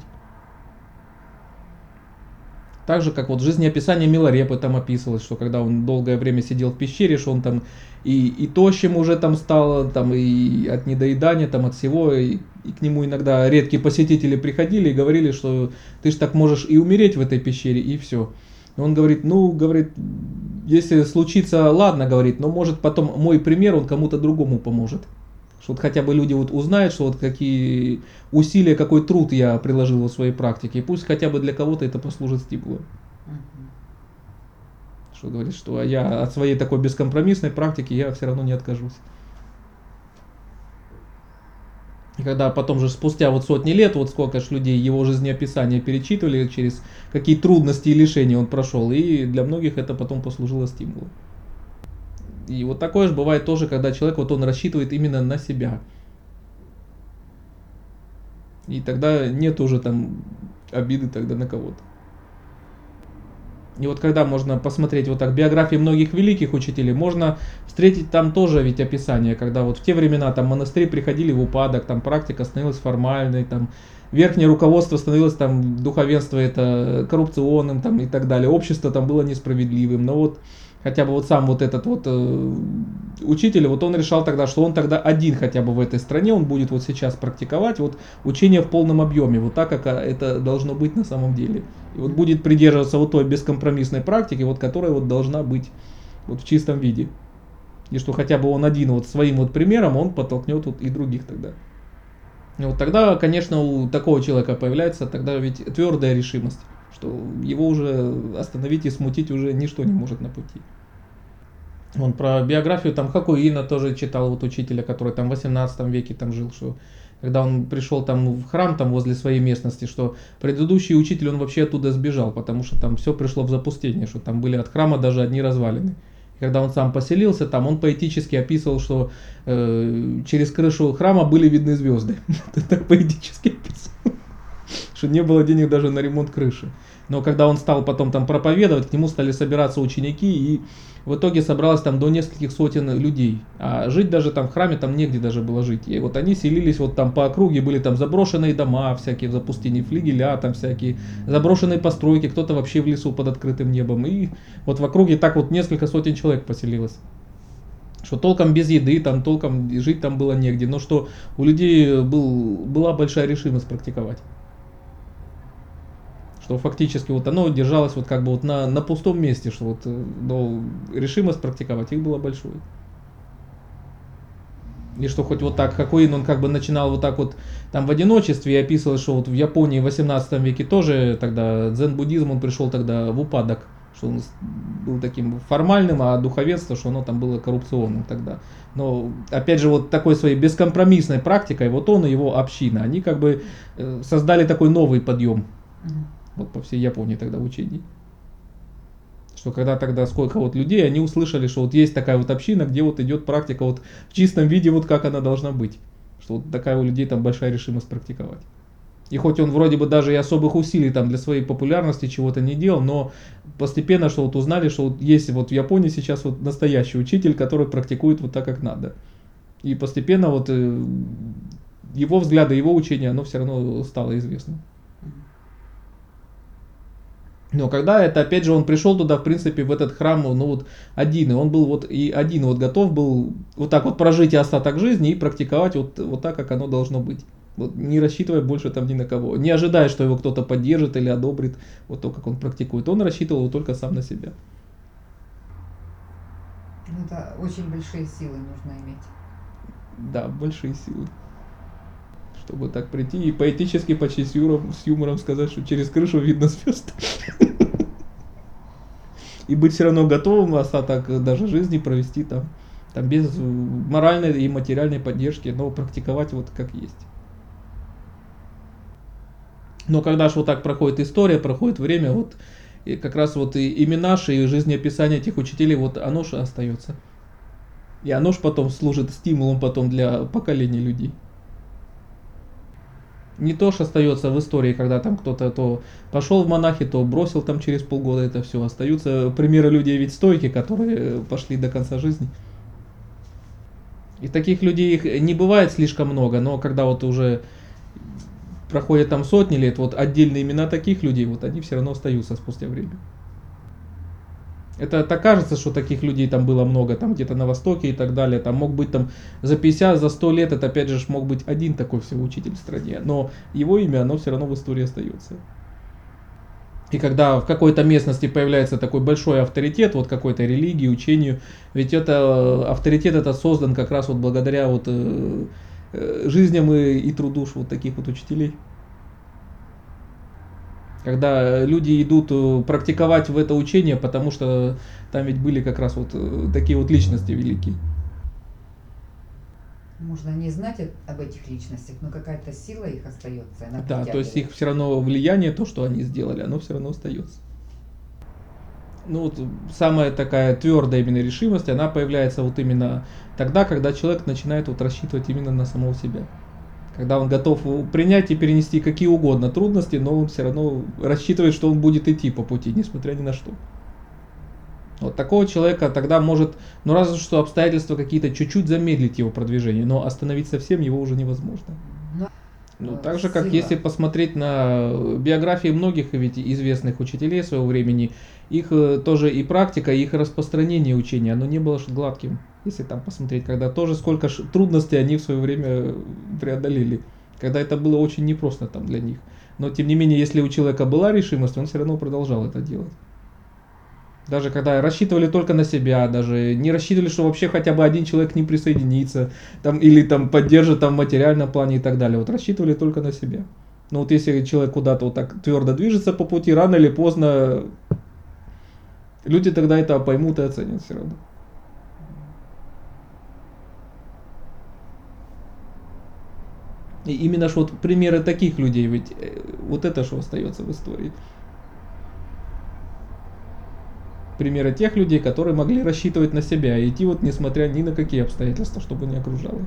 Так же, как вот жизнеописание Миларепы там описывалось, что когда он долгое время сидел в пещере, что он там и, и тощим уже там стал, там и от недоедания, там от всего, и, и к нему иногда редкие посетители приходили и говорили, что ты ж так можешь и умереть в этой пещере, и все. И он говорит, ну, говорит, если случится, ладно, говорит, но может потом мой пример, он кому-то другому поможет. Что вот хотя бы люди вот узнают, что вот какие усилия, какой труд я приложил в своей практике. И пусть хотя бы для кого-то это послужит стимулом. Мгм. Что говорит, что я от своей такой бескомпромиссной практики я все равно не откажусь. И когда потом же спустя вот сотни лет, вот сколько ж людей его жизнеописания перечитывали, через какие трудности и лишения он прошел, и для многих это потом послужило стимулом. И вот такое же бывает тоже, когда человек вот он рассчитывает именно на себя. И тогда нет уже там обиды тогда на кого-то. И вот когда можно посмотреть вот так биографии многих великих учителей, можно встретить там тоже ведь описание, когда вот в те времена там монастыри приходили в упадок, там практика становилась формальной, там верхнее руководство становилось там, духовенство это коррупционным там и так далее, общество там было несправедливым, но вот хотя бы вот сам вот этот вот э, учитель, вот он решал тогда, что он тогда один хотя бы в этой стране, он будет вот сейчас практиковать вот учение в полном объеме, вот так, как это должно быть на самом деле. И вот будет придерживаться вот той бескомпромиссной практики, вот которая вот должна быть вот в чистом виде. И что хотя бы он один вот своим вот примером, он подтолкнет вот и других тогда. И вот тогда, конечно, у такого человека появляется тогда ведь твердая решимость, что его уже остановить и смутить уже ничто не может на пути. Он про биографию там Хакуина тоже читал, вот учителя, который там в восемнадцатом веке там жил, что когда он пришел там в храм там возле своей местности, что предыдущий учитель, он вообще оттуда сбежал, потому что там все пришло в запустение, что там были от храма даже одни развалины. И когда он сам поселился там, он поэтически описывал, что э, через крышу храма были видны звезды. Так поэтически описывал, что не было денег даже на ремонт крыши. Но когда он стал потом там проповедовать, к нему стали собираться ученики, и в итоге собралось там до нескольких сотен людей. А жить даже там в храме там негде даже было жить. И вот они селились вот там по округе, были там заброшенные дома всякие в запустении, флигеля там всякие, заброшенные постройки, кто-то вообще в лесу под открытым небом. И вот в округе так вот несколько сотен человек поселилось. Что толком без еды, там толком жить там было негде, но что у людей был, была большая решимость практиковать. Что фактически вот оно держалось вот как бы вот на, на пустом месте, что вот, но решимость практиковать их было большой. И что хоть вот так Хакуин, он как бы начинал вот так вот там в одиночестве и описывал, что вот в Японии в восемнадцатом веке тоже тогда дзен-буддизм, он пришел тогда в упадок, что он был таким формальным, а духовенство, что оно там было коррупционным тогда. Но опять же вот такой своей бескомпромиссной практикой, вот он и его община, они как бы создали такой новый подъем. Вот по всей Японии тогда в учении. Что когда тогда сколько вот людей, они услышали, что вот есть такая вот община, где вот идет практика вот в чистом виде, вот как она должна быть. Что вот такая у людей там большая решимость практиковать. И хоть он вроде бы даже и особых усилий там для своей популярности чего-то не делал, но постепенно что вот узнали, что вот есть вот в Японии сейчас вот настоящий учитель, который практикует вот так, как надо. И постепенно вот его взгляды, его учение, оно все равно стало известным. Но когда это, опять же, он пришел туда, в принципе, в этот храм, ну вот один, и он был вот и один вот готов был вот так вот прожить и остаток жизни и практиковать вот, вот так, как оно должно быть. Вот, не рассчитывая больше там ни на кого, не ожидая, что его кто-то поддержит или одобрит, вот то, как он практикует. Он рассчитывал только сам на себя. Это очень большие силы нужно иметь. Да, большие силы. Чтобы так прийти и поэтически почти с юмором, с юмором сказать, что через крышу видно звезды. И быть все равно готовым остаток даже жизни провести там, там без моральной и материальной поддержки, но практиковать вот как есть. Но когда же вот так проходит история, проходит время, вот и как раз вот и имена наши, и жизнеописание этих учителей, вот оно же остается. И оно ж потом служит стимулом потом для поколения людей. Не то, что остается в истории, когда там кто-то то пошел в монахи, то бросил там через полгода это все. Остаются примеры людей ведь стойки, которые пошли до конца жизни. И таких людей их не бывает слишком много, но когда вот уже проходят там сотни лет, вот отдельные имена таких людей, вот они все равно остаются спустя время. Это так кажется, что таких людей там было много, там где-то на Востоке и так далее. Там мог быть там за пятьдесят, за сто лет, это опять же мог быть один такой всего учитель в стране. Но его имя, оно все равно в истории остается. И когда в какой-то местности появляется такой большой авторитет, вот какой-то религии, учению, ведь это авторитет этот создан как раз вот благодаря вот э, э, жизням и, и труду вот таких вот учителей. Когда люди идут практиковать в это учение, потому что там ведь были как раз вот такие вот личности великие. Можно не знать об этих личностях, но какая-то сила их остается. Она Да, то есть их все равно влияние, то, что они сделали, оно все равно остается. Ну вот самая такая твердая именно решимость, она появляется вот именно тогда, когда человек начинает вот рассчитывать именно на самого себя. Когда он готов принять и перенести какие угодно трудности, но он все равно рассчитывает, что он будет идти по пути, несмотря ни на что. Вот такого человека тогда может, ну разве что обстоятельства какие-то чуть-чуть замедлить его продвижение, но остановить совсем его уже невозможно. Ну, так же, как если посмотреть на биографии многих ведь известных учителей своего времени, их тоже и практика, и их распространение учения, оно не было гладким. Если там посмотреть, когда тоже сколько трудностей они в свое время преодолели, когда это было очень непросто там для них. Но тем не менее, если у человека была решимость, он все равно продолжал это делать. Даже когда рассчитывали только на себя, даже не рассчитывали, что вообще хотя бы один человек к ним присоединится, там, или там поддержит там, в материальном плане и так далее. Вот рассчитывали только на себя. Но вот если человек куда-то вот так твердо движется по пути, рано или поздно люди тогда это поймут и оценят все равно. И именно что вот примеры таких людей, ведь вот это что остается в истории. Примеры тех людей, которые могли рассчитывать на себя и идти вот несмотря ни на какие обстоятельства, чтобы не окружало.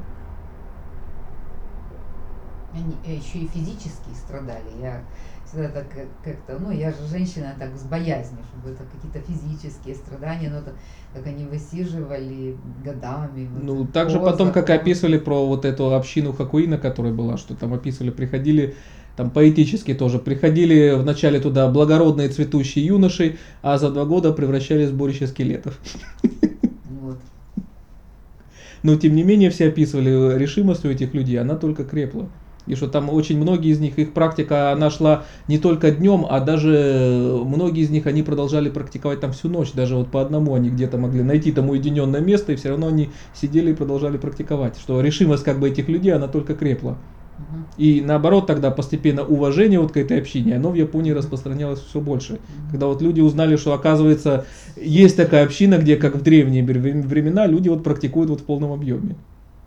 Они еще и физически страдали. Я всегда так как-то, ну я же женщина так с боязнью, чтобы это какие-то физические страдания, но это, как они высиживали годами. Ну вот, также поза, потом, как там. описывали про вот эту общину Хакуина, которая была, что там описывали, приходили там поэтически тоже, приходили вначале туда благородные цветущие юноши, а за два года превращались в сборище скелетов. Вот. Но тем не менее все описывали решимость у этих людей, она только крепла. И что там очень многие из них, их практика, она шла не только днем, а даже многие из них, они продолжали практиковать там всю ночь. Даже вот по одному они где-то могли найти там уединенное место, и все равно они сидели и продолжали практиковать. Что решимость как бы этих людей, она только крепла. И наоборот тогда постепенно уважение вот к этой общине, оно в Японии распространялось все больше. Когда вот люди узнали, что оказывается есть такая община, где как в древние времена люди вот практикуют вот в полном объеме.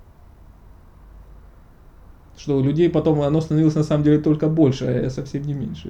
Что у людей потом оно становилось на самом деле только больше, а совсем не меньше.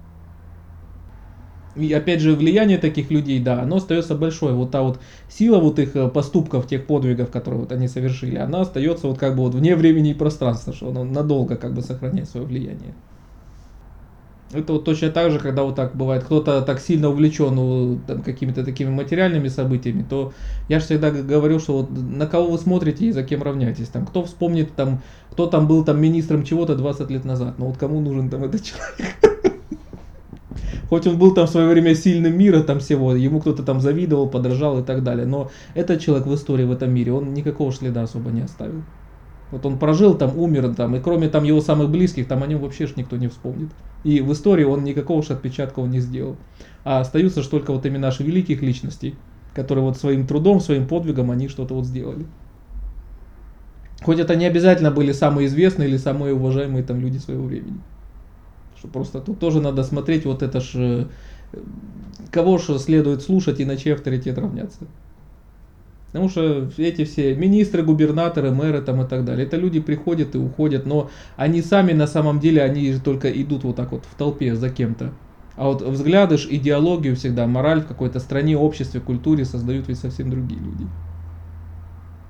И опять же влияние таких людей, да, оно остается большое. Вот та вот сила вот их поступков, тех подвигов, которые вот они совершили, она остается вот как бы вот вне времени и пространства, что оно надолго как бы сохраняет свое влияние. Это вот точно так же, когда вот так бывает, кто-то так сильно увлечен ну, там, какими-то такими материальными событиями, то я же всегда говорю, что вот на кого вы смотрите и за кем равняетесь. Там, кто вспомнит, там, кто там был там, министром чего-то двадцать лет назад, но вот кому нужен там этот человек? Хоть он был там в свое время сильным мира там всего, ему кто-то там завидовал, подражал и так далее, но этот человек в истории в этом мире, он никакого следа особо не оставил. Вот он прожил там, умер там, и кроме там его самых близких, там о нем вообще ж никто не вспомнит. И в истории он никакого ж отпечатка он не сделал. А остаются же только вот именно наши великих личностей, которые вот своим трудом, своим подвигом они что-то вот сделали. Хоть это не обязательно были самые известные или самые уважаемые там люди своего времени. Что просто тут тоже надо смотреть, вот это ж, кого же следует слушать и на чей авторитет равняться. Потому что эти все министры, губернаторы, мэры там и так далее, это люди приходят и уходят, но они сами на самом деле, они же только идут вот так вот в толпе за кем-то. А вот взгляды, идеологию всегда, мораль в какой-то стране, обществе, культуре создают ведь совсем другие люди.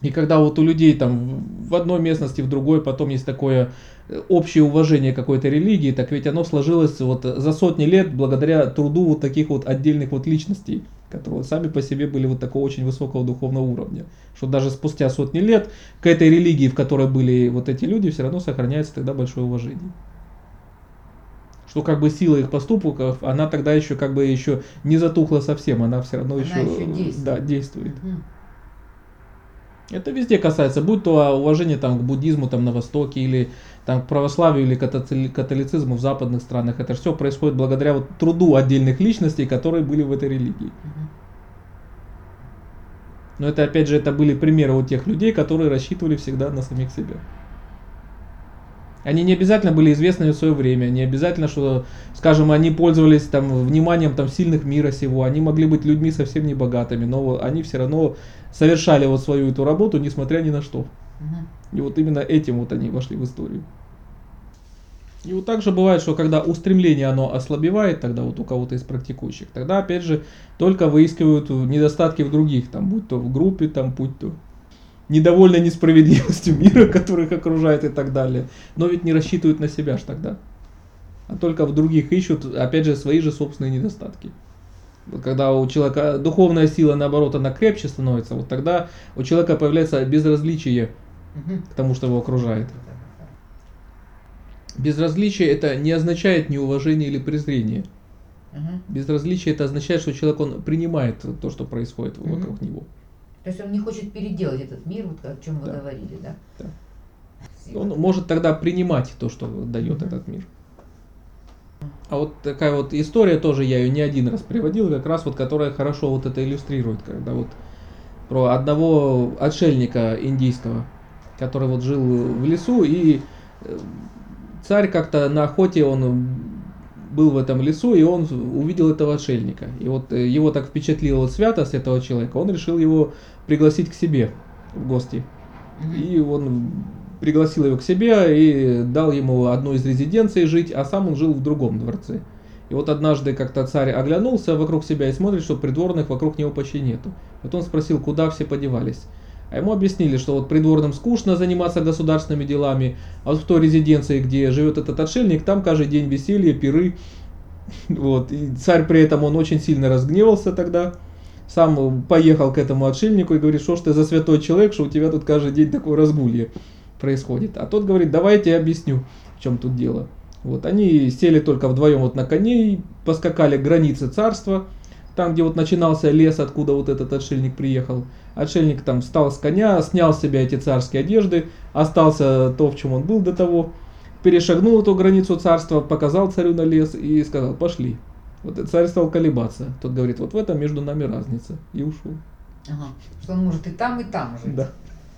И когда вот у людей там в одной местности, в другой, потом есть такое общее уважение к какой-то религии, так ведь оно сложилось вот за сотни лет благодаря труду вот таких вот отдельных вот личностей, которые сами по себе были вот такого очень высокого духовного уровня. Что даже спустя сотни лет к этой религии, в которой были вот эти люди, все равно сохраняется тогда большое уважение. Что как бы сила их поступков, она тогда еще как бы еще не затухла совсем, она все равно Она еще, еще действует. Да, действует. Мгм. Это везде касается, будь то уважение там, к буддизму там, на Востоке, или там, к православию, или катоци- католицизму в западных странах. Это все происходит благодаря вот, труду отдельных личностей, которые были в этой религии. Мгм. Но это опять же это были примеры вот тех людей, которые рассчитывали всегда на самих себя. Они не обязательно были известными в свое время, не обязательно, что, скажем, они пользовались там, вниманием там, сильных мира сего, они могли быть людьми совсем не богатыми, но они все равно совершали вот свою эту работу, несмотря ни на что. Мгм. И вот именно этим вот они вошли в историю. И вот так же бывает, что когда устремление оно ослабевает, тогда вот у кого-то из практикующих, тогда опять же только выискивают недостатки в других, там, будь то в группе, там, будь то недовольны несправедливостью мира, который их окружает и так далее. Но ведь не рассчитывают на себя ж тогда. А только в других ищут, опять же, свои же собственные недостатки. Вот когда у человека духовная сила, наоборот, она крепче становится, вот тогда у человека появляется безразличие Мгм. к тому, что его окружает. Безразличие это не означает неуважение или презрение. Мгм. Безразличие это означает, что человек он принимает то, что происходит Мгм. вокруг него. То есть он не хочет переделать этот мир, вот о чем вы Да. говорили, да? Да. Спасибо. Он может тогда принимать то, что дает Мгм. этот мир. А вот такая вот история тоже, я ее не один раз приводил, как раз вот, которая хорошо вот это иллюстрирует, когда вот про одного отшельника индийского, который вот жил в лесу, и э, царь как-то на охоте, он был в этом лесу, и он увидел этого отшельника. И вот э, его так впечатлила вот святость этого человека, он решил его пригласить к себе в гости. Мгм. И он пригласил его к себе и дал ему одну из резиденций жить, а сам он жил в другом дворце. И вот однажды как-то царь оглянулся вокруг себя и смотрит, что придворных вокруг него почти нету. Вот он спросил, куда все подевались. А ему объяснили, что вот придворным скучно заниматься государственными делами, а вот в той резиденции, где живет этот отшельник, там каждый день веселье, пиры. Вот. И царь при этом он очень сильно разгневался тогда. Сам поехал к этому отшельнику и говорит, что ж ты за святой человек, что у тебя тут каждый день такое разгулье происходит. А тот говорит, давайте я объясню, в чем тут дело. Вот, они сели только вдвоем вот на коней, поскакали к границе царства, там, где вот начинался лес, откуда вот этот отшельник приехал. Отшельник там встал с коня, снял с себя эти царские одежды, остался то, в чем он был до того, перешагнул эту границу царства, показал царю на лес и сказал, пошли. Вот и царь стал колебаться. Тот говорит, вот в этом между нами разница. И ушел. Ага. Что он может и там, и там жить. Да.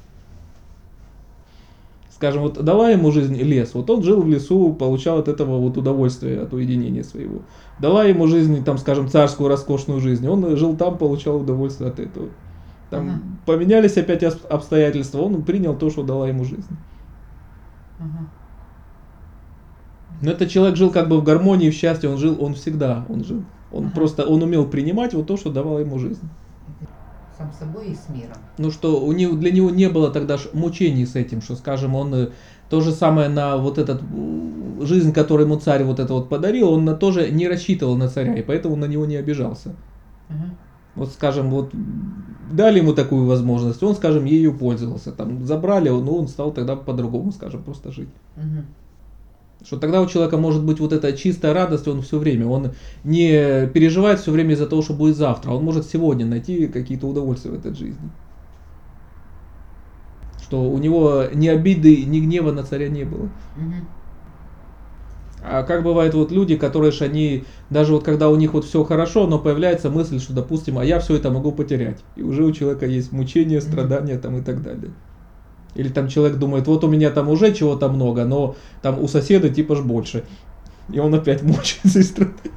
Скажем, вот дала ему жизнь лес, вот он жил в лесу, получал от этого вот удовольствие, от уединения своего. Дала ему жизнь, там, скажем, царскую роскошную жизнь, он жил там, получал удовольствие от этого. Там Ага. поменялись опять обстоятельства, он принял то, что дала ему жизнь. Ага. Но этот человек жил как бы в гармонии, в счастье, он жил, он всегда, он жил. Он Ага. просто, он умел принимать вот то, что давало ему жизнь. Сам собой и с миром. Ну что у него, для него не было тогда ж мучений с этим, что, скажем, он э, то же самое на вот этот м, жизнь, которую ему царь вот это вот подарил, он на тоже не рассчитывал на царя, и поэтому на него не обижался. Ага. Вот, скажем, вот дали ему такую возможность, он, скажем, ею пользовался, там забрали, но он стал тогда по-другому, скажем, просто жить. Мгм. Что тогда у человека может быть вот эта чистая радость, он все время, он не переживает все время из-за того, что будет завтра, он может сегодня найти какие-то удовольствия в этой жизни. Что у него ни обиды, ни гнева на царя не было. Мгм. А как бывает вот люди, которые ж они, даже вот когда у них вот все хорошо, но появляется мысль, что, допустим, а я все это могу потерять. И уже у человека есть мучения, страдания там и так далее. Или там человек думает, вот у меня там уже чего-то много, но там у соседа типа ж больше. И он опять мучается и страдает.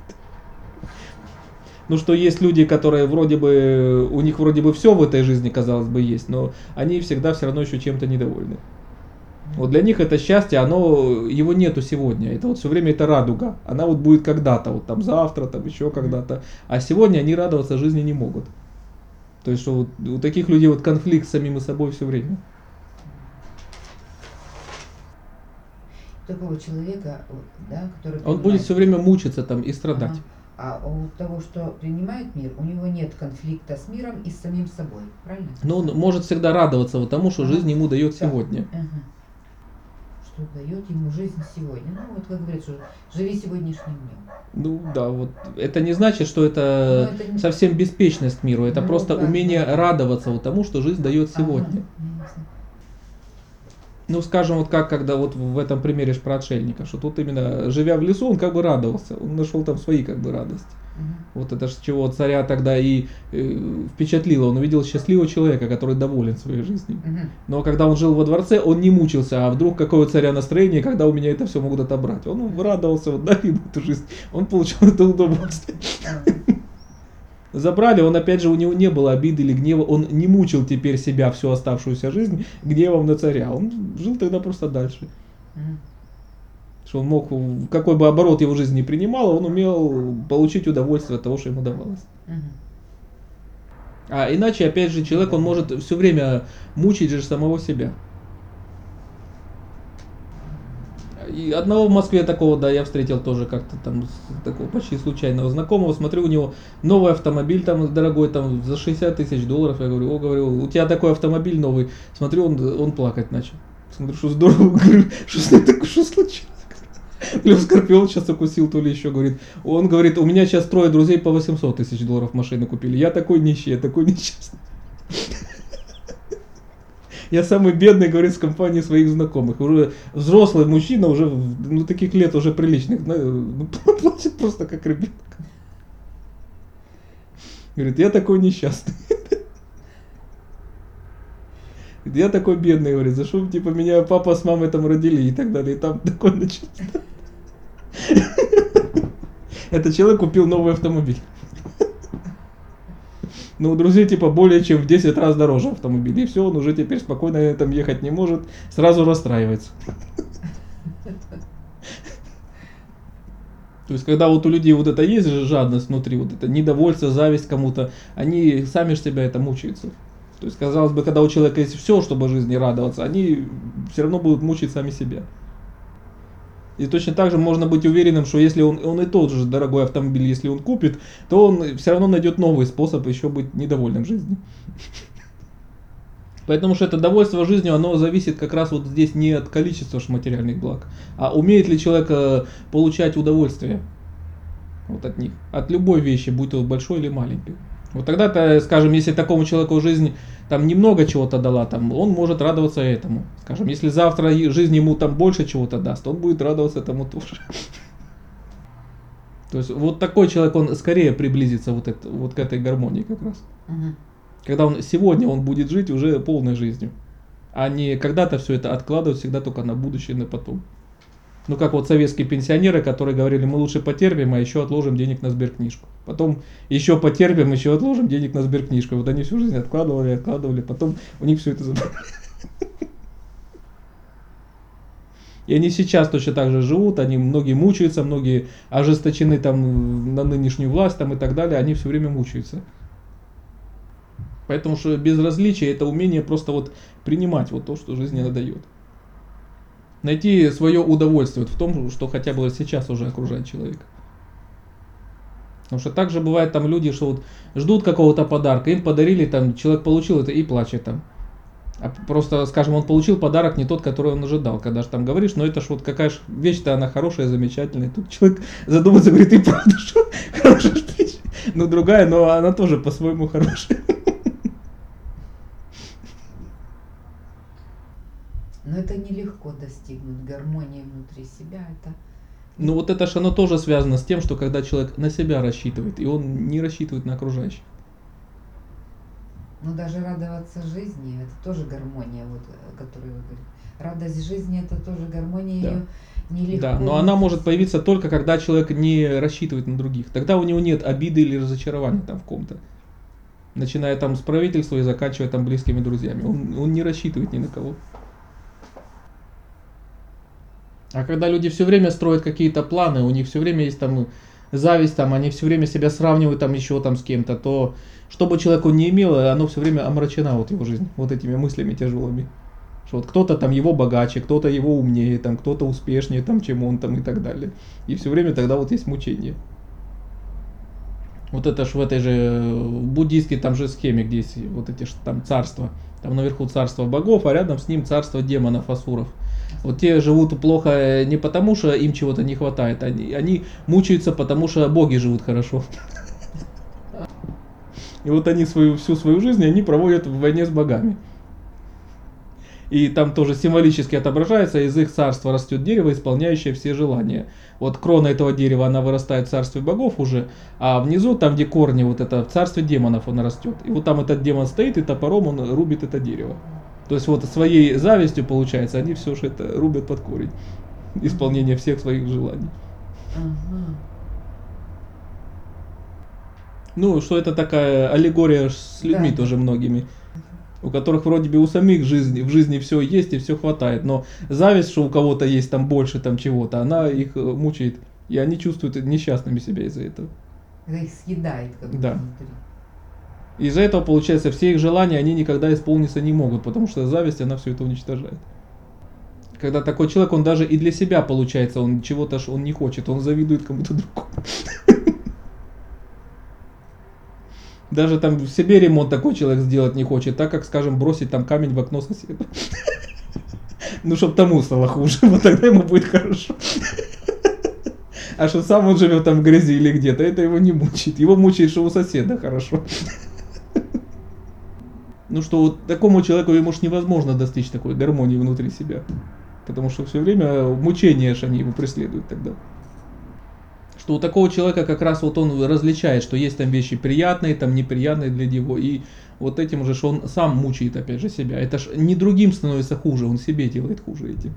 Ну что есть люди, которые вроде бы, у них вроде бы все в этой жизни, казалось бы, есть, но они всегда все равно еще чем-то недовольны. Вот для них это счастье, оно, его нету сегодня. Это вот все время это радуга. Она вот будет когда-то, вот там завтра, там еще когда-то. А сегодня они радоваться жизни не могут. То То есть, что вот у таких людей вот конфликт с самим собой все время. Такого человека, вот, да, который Он будет принимает все время мучиться там и страдать. Ага. А у того, что принимает мир, у него нет конфликта с миром и с самим собой, правильно? Но он может всегда радоваться вот тому, что Ага. жизнь ему дает Да. сегодня. Ага. Что дает ему жизнь сегодня. Ну, вот как говорится, что живи сегодняшним днем. Ну да, вот это не значит, что это, Ну, это не- совсем беспечность миру, это Ну, просто да, умение да. радоваться вот тому, что жизнь дает сегодня. Ага, ясно. Ну, скажем, вот как когда вот в этом примере ж про отшельника, что тут именно живя в лесу, он как бы радовался, он нашел там свои как бы радости. Мгм. Вот это ж чего царя тогда и э, впечатлило, он увидел счастливого человека, который доволен своей жизнью. Мгм. Но когда он жил во дворце, он не мучился, а вдруг какое у царя настроение, когда у меня это все могут отобрать. Он радовался, вот дали ему эту жизнь, он получил это удовольствие. Ага. Забрали, он опять же, у него не было обиды или гнева, он не мучил теперь себя всю оставшуюся жизнь гневом на царя, он жил тогда просто дальше. Мгм. Что он мог, в какой бы оборот его жизнь не принимала, он умел получить удовольствие от того, что ему давалось. Мгм. А иначе, опять же, человек, он может все время мучить же самого себя. И одного в Москве такого, да, я встретил тоже как-то там с- такого почти случайного знакомого. Смотрю, у него новый автомобиль там дорогой, там за шестьдесят тысяч долларов. Я говорю, о, говорю, у тебя такой автомобиль новый. Смотрю, он, он плакать начал. Смотрю, что здорово, говорю, что с ним такое, что случилось? Плюс Скорпион сейчас укусил, то ли еще, говорит. Он говорит, у меня сейчас трое друзей по восемьсот тысяч долларов машины купили. Я такой нищий, я такой несчастный. Я самый бедный, говорит, с компании своих знакомых. Уже взрослый мужчина, уже ну, таких лет уже приличных, ну, плачет просто как ребенок. Говорит, я такой несчастный. Я такой бедный, говорит, за что типа меня папа с мамой там родили и так далее. И там такой начался. Этот человек купил новый автомобиль. Но у друзей типа более чем в десять раз дороже автомобиль. И все, он уже теперь спокойно на этом ехать не может, сразу расстраивается. То есть, когда вот у людей вот это есть же жадность внутри, вот это недовольство, зависть кому-то, они сами же себя это мучаются. То есть, казалось бы, когда у человека есть все, чтобы жизни радоваться, они все равно будут мучить сами себя. И точно так же можно быть уверенным, что если он, он и тот же дорогой автомобиль, если он купит, то он все равно найдет новый способ еще быть недовольным жизнью. Поэтому что это довольство жизнью, оно зависит как раз вот здесь не от количества ж материальных благ, а умеет ли человек э, получать удовольствие вот от них, от любой вещи, будь то большой или маленькой. Вот тогда-то, скажем, если такому человеку жизнь там немного чего-то дала, там, он может радоваться этому. Скажем, если завтра и- жизнь ему там больше чего-то даст, он будет радоваться этому тоже. То есть вот такой человек, он скорее приблизится вот, это, вот к этой гармонии как раз. Мгм. Когда он сегодня он будет жить уже полной жизнью, а не когда-то все это откладывать всегда только на будущее, на потом. Ну как вот советские пенсионеры, которые говорили, мы лучше потерпим, а еще отложим денег на сберкнижку. Потом еще потерпим, еще отложим денег на сберкнижку. Вот они всю жизнь откладывали, откладывали, потом у них все это забрали. И они сейчас точно так же живут, они многие мучаются, многие ожесточены там на нынешнюю власть там, и так далее, они все время мучаются. Поэтому что безразличие это умение просто вот принимать вот то, что жизнь она дает. Найти свое удовольствие вот в том, что хотя бы сейчас уже окружает человека. Потому что также бывает там люди, что вот ждут какого-то подарка, им подарили, там человек получил это и плачет там. А просто, скажем, он получил подарок не тот, который он ожидал. Когда же там говоришь, ну это ж вот какая ж вещь-то она хорошая, замечательная. Тут человек задумается, говорит, и правда, что хорошая ж вещь. Ну другая, но она тоже по-своему хорошая. Но это нелегко достигнуть гармонии внутри себя. Это Ну вот это ж оно тоже связано с тем, что когда человек на себя рассчитывает, и он не рассчитывает на окружающих. Ну, даже радоваться жизни, это тоже гармония, вот, о которой вы говорите. Радость жизни, это тоже гармония, Да. ее нелегко. Да, но она может появиться только когда человек не рассчитывает на других. Тогда у него нет обиды или разочарования там в ком-то. Начиная там с правительства и заканчивая там близкими друзьями. Он, он не рассчитывает ни на кого. А когда люди все время строят какие-то планы, у них все время есть там зависть, там, они все время себя сравнивают там еще там с кем-то, то что бы человек он не имел, оно все время омрачена вот его жизнь вот этими мыслями тяжелыми. Что вот кто-то там его богаче, кто-то его умнее, там кто-то успешнее, там, чем он там и так далее. И все время тогда вот есть мучение. Вот это ж в этой же буддийской там же схеме, где есть вот эти ж там царства. Там наверху царство богов, а рядом с ним царство демонов, асуров. Вот те живут плохо не потому, что им чего-то не хватает, они, они мучаются, потому что боги живут хорошо. И вот они свою, всю свою жизнь они проводят в войне с богами. И там тоже символически отображается, из их царства растет дерево, исполняющее все желания. Вот крона этого дерева, она вырастает в царстве богов уже, а внизу, там где корни, вот это в царстве демонов он растет. И вот там этот демон стоит, и топором он рубит это дерево. То есть вот своей завистью, получается, они все же это рубят под корень. Исполнение всех своих желаний. Ага. Ну, что это такая аллегория с людьми Да. тоже многими. У которых вроде бы у самих жизни, в жизни все есть и все хватает, но зависть, что у кого-то есть там больше там чего-то, она их э, мучает, и они чувствуют несчастными себя из-за этого. Это их съедает как бы Да. внутри. Из-за этого, получается, все их желания, они никогда исполниться не могут, потому что зависть, она все это уничтожает. Когда такой человек, он даже и для себя, получается, он чего-то ж он не хочет, он завидует кому-то другому. Даже там себе ремонт такой человек сделать не хочет, так как, скажем, бросить там камень в окно соседа. Ну, чтоб тому стало хуже, вот тогда ему будет хорошо. А что сам он живет там в грязи или где-то, это его не мучает. Его мучает, что у соседа хорошо. Ну, что вот такому человеку, ему ж невозможно достичь такой гармонии внутри себя. Потому что все время мучения ж они его преследуют тогда. Что у такого человека как раз вот он различает, что есть там вещи приятные, там неприятные для него, и вот этим же, что он сам мучает опять же себя. Это ж не другим становится хуже, он себе делает хуже этим.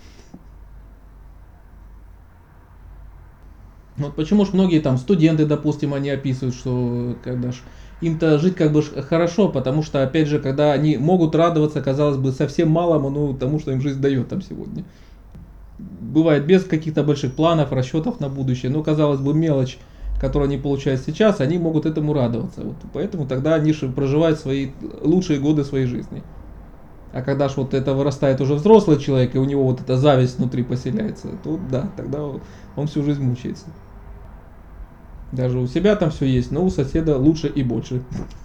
Вот почему ж многие там студенты, допустим, они описывают, что когда ж им-то жить как бы ж хорошо, потому что опять же, когда они могут радоваться, казалось бы, совсем малому, ну, тому, что им жизнь дает там сегодня. Бывает без каких-то больших планов, расчетов на будущее, но казалось бы мелочь, которую они получают сейчас, они могут этому радоваться. Вот поэтому тогда они же проживают свои лучшие годы своей жизни. А когда ж вот это вырастает уже взрослый человек, и у него вот эта зависть внутри поселяется, то да, тогда он всю жизнь мучается. Даже у себя там все есть, но у соседа лучше и больше.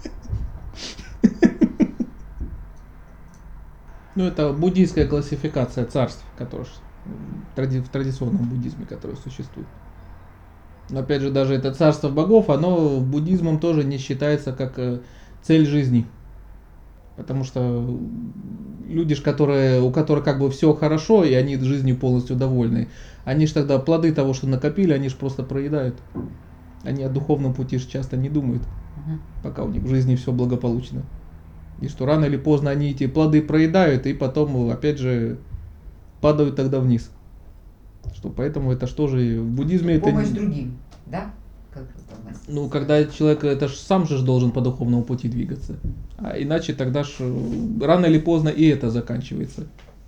Ну это буддийская классификация царств, которая в традиционном буддизме, который существует. Но опять же, даже это царство богов, оно буддизмом тоже не считается как цель жизни. Потому что люди, которые, у которых как бы все хорошо, и они жизнью полностью довольны, они же тогда плоды того, что накопили, они же просто проедают. Они о духовном пути же часто не думают, Ага. пока у них в жизни все благополучно. И что рано или поздно они эти плоды проедают, и потом, опять же, падают тогда вниз. Что поэтому это что же в буддизме это Помощь не- другим, да? Как это у нас? Ну, когда человек, это ж сам же ж должен по духовному пути двигаться. А иначе тогда ж э, рано или поздно и это заканчивается.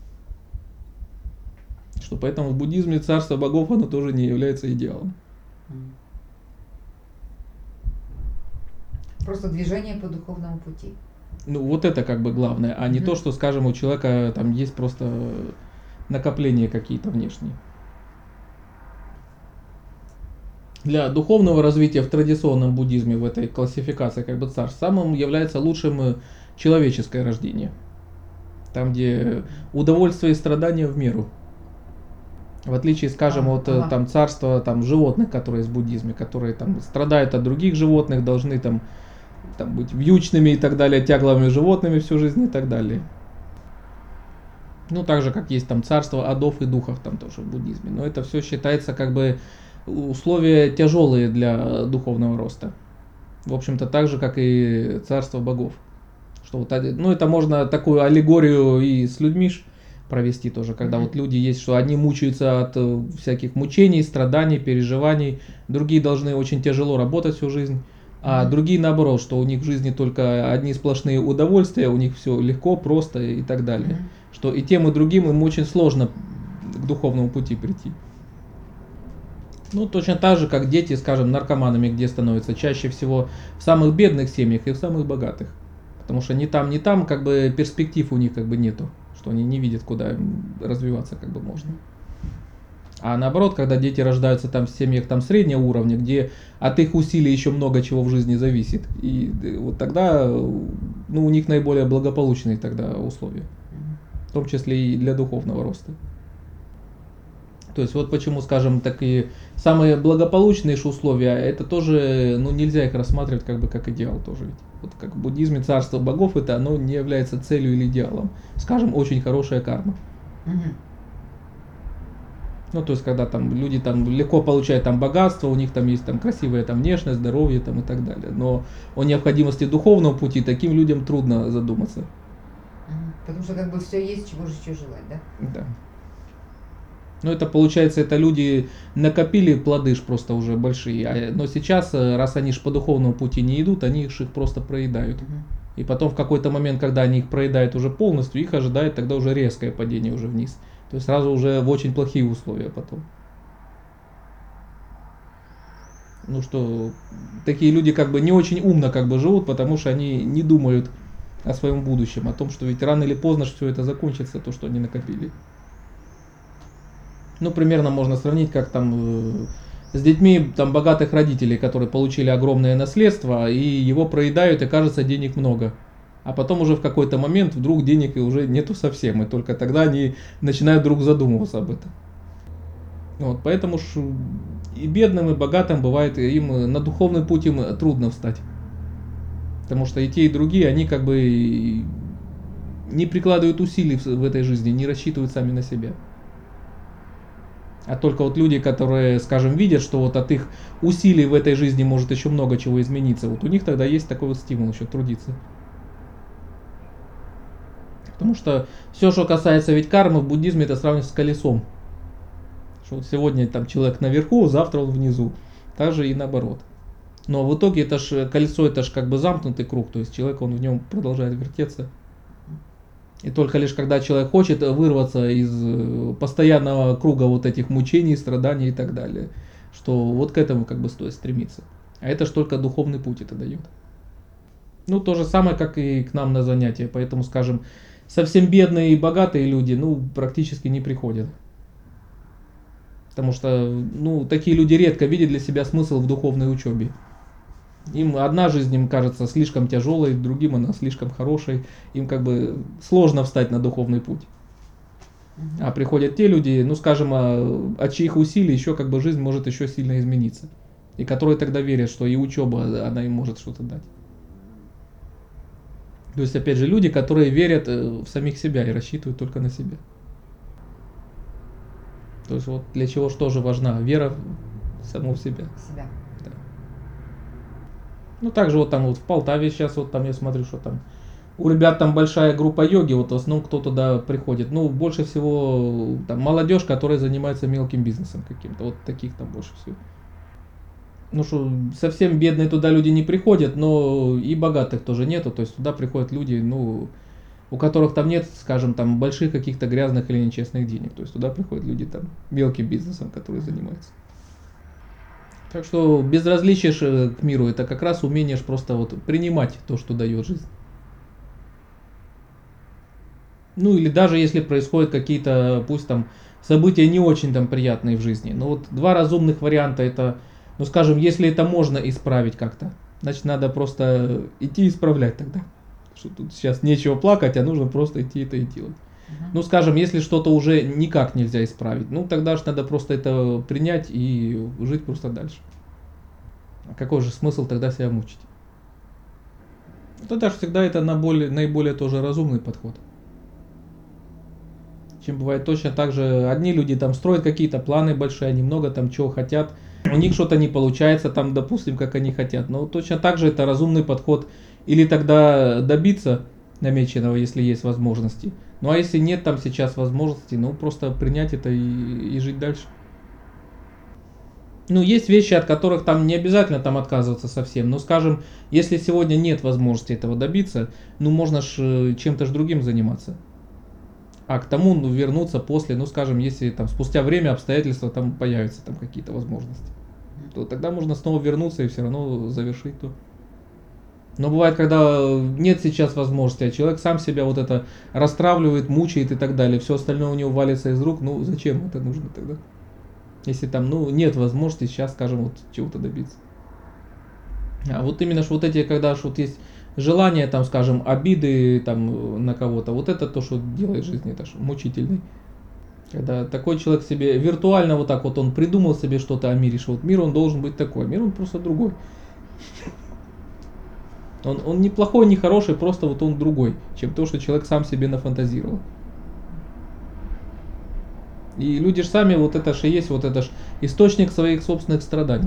Что поэтому в буддизме царство богов, оно тоже не является идеалом. М. Просто движение по духовному пути. Ну, вот это как бы главное, а не Мгм. то, что, скажем, у человека там есть просто накопления какие-то внешние. Для духовного развития в традиционном буддизме, в этой классификации как бы царств, самым является лучшим э, человеческое рождение. Там, где удовольствие и страдания в меру. В отличие, скажем, А, от э, ага. там царства там, животных, которые есть в буддизме, которые там страдают от других животных, должны там, там быть вьючными и так далее, тягловыми животными всю жизнь и так далее. Ну, так же, как есть там царство адов и духов там тоже в буддизме. Но это все считается как бы условия тяжелые для духовного роста. В общем-то, так же, как и царство богов. Что вот, оди- ну, это можно такую аллегорию и с людьми ж провести тоже, когда Мгм. вот люди есть, что одни мучаются от э, всяких мучений, страданий, переживаний, другие должны очень тяжело работать всю жизнь, а Мгм. другие наоборот, что у них в жизни только одни сплошные удовольствия, у них все легко, просто и так далее. Мгм. Что и тем, и другим им очень сложно к духовному пути прийти. Ну, точно так же, как дети, скажем, наркоманами, где становятся чаще всего в самых бедных семьях и в самых богатых. Потому что ни там, ни там, как бы перспектив у них как бы нету, что они не видят, куда им развиваться как бы можно. А наоборот, когда дети рождаются там в семьях там среднего уровня, где от их усилий еще много чего в жизни зависит, и вот тогда, ну, у них наиболее благополучные тогда условия, в том числе и для духовного роста. То есть вот почему, скажем, такие самые благополучные же условия, это тоже, ну, нельзя их рассматривать как бы как идеал тоже. Ведь. Вот как в буддизме царство богов, это оно не является целью или идеалом. Скажем, очень хорошая карма. Мгм. Ну, то есть, когда там люди там легко получают там богатство, у них там есть там красивая там внешность, здоровье там и так далее. Но о необходимости духовного пути таким людям трудно задуматься. Мгм. Потому что как бы все есть, чего же еще желать, да? Да. Ну, это получается, это люди накопили плоды ж просто уже большие. А, но сейчас, э, раз они ж по духовному пути не идут, они ж их просто проедают. Мгм. И потом в какой-то момент, когда они их проедают уже полностью, их ожидает тогда уже резкое падение уже вниз. То есть сразу уже в очень плохие условия потом. Ну что, такие люди как бы не очень умно как бы живут, потому что они не думают о своем будущем, о том, что ведь рано или поздно все это закончится, то, что они накопили. Ну, примерно можно сравнить, как там э, с детьми там богатых родителей, которые получили огромное наследство, и его проедают, и кажется, денег много. А потом уже в какой-то момент вдруг денег и уже нету совсем, и только тогда они начинают вдруг задумываться об этом. Вот, поэтому ж и бедным, и богатым бывает, им на духовный путь им трудно встать. Потому что и те, и другие, они как бы не прикладывают усилий в в этой жизни, не рассчитывают сами на себя. А только вот люди, которые, скажем, видят, что вот от их усилий в этой жизни может еще много чего измениться, вот у них тогда есть такой вот стимул еще трудиться. Потому что все, что касается ведь кармы, в буддизме это сравнивается с колесом. Что вот сегодня там человек наверху, завтра он внизу. Также и наоборот. Но в итоге это ж колесо, это ж как бы замкнутый круг, то есть человек он в нем продолжает вертеться. И только лишь когда человек хочет вырваться из постоянного круга вот этих мучений, страданий и так далее, что вот к этому как бы стоит стремиться. А это ж только духовный путь это дает. Ну, то же самое, как и к нам на занятия. Поэтому, скажем, совсем бедные и богатые люди, ну, практически не приходят. Потому что, ну, такие люди редко видят для себя смысл в духовной учебе. Им одна жизнь им кажется слишком тяжелой, другим она слишком хорошей. Им как бы сложно встать на духовный путь. А приходят те люди, ну скажем, от чьих усилий еще как бы жизнь может еще сильно измениться. И которые тогда верят, что и учеба, она им может что-то дать. То есть, опять же, люди, которые верят в самих себя и рассчитывают только на себя. То есть, вот для чего же тоже важна вера в саму себя. Себя. Ну, также вот там вот в Полтаве сейчас, вот там я смотрю, что там у ребят там большая группа йоги, вот в основном кто туда приходит. Ну, больше всего там молодежь, которая занимается мелким бизнесом каким-то, вот таких там больше всего. Ну что, совсем бедные туда люди не приходят, но и богатых тоже нету, то есть туда приходят люди, ну, у которых там нет, скажем, там больших каких-то грязных или нечестных денег, то есть туда приходят люди там мелким бизнесом, которые занимаются. Так что безразличие к миру это как раз умение просто вот принимать то, что дает жизнь. Ну или даже если происходят какие-то, пусть там события не очень там приятные в жизни. Но вот два разумных варианта это, ну скажем, если это можно исправить как-то, значит надо просто идти исправлять тогда. Что тут сейчас нечего плакать, а нужно просто идти это и делать. Ну, скажем, если что-то уже никак нельзя исправить, ну тогда же надо просто это принять и жить просто дальше. А какой же смысл тогда себя мучить? Тогда же всегда это наиболее, наиболее тоже разумный подход. Чем бывает точно так же, одни люди там строят какие-то планы большие, они много там чего хотят, у них что-то не получается там, допустим, как они хотят. Но точно так же это разумный подход. Или тогда добиться намеченного, если есть возможности. Ну а если нет там сейчас возможности, ну просто принять это и, и жить дальше. Ну есть вещи, от которых там не обязательно там отказываться совсем. Но скажем, если сегодня нет возможности этого добиться, ну можно ж чем-то ж другим заниматься. А к тому ну, вернуться после, ну скажем, если там спустя время обстоятельства там появятся там какие-то возможности, то тогда можно снова вернуться и все равно завершить то. Но бывает, когда нет сейчас возможности, а человек сам себя вот это расстравливает, мучает и так далее, все остальное у него валится из рук, ну зачем это нужно тогда? Если там, ну, нет возможности сейчас, скажем, вот чего-то добиться. А вот именно ж вот эти, когда ж вот есть желание, там, скажем, обиды там на кого-то, вот это то, что делает жизнь, это ж мучительной. Когда такой человек себе виртуально вот так вот он придумал себе что-то о мире, что вот мир он должен быть такой, мир он просто другой. Он, он не плохой, не хороший, просто вот он другой, чем то, что человек сам себе нафантазировал. И люди же сами, вот это же и есть, вот это ж источник своих собственных страданий.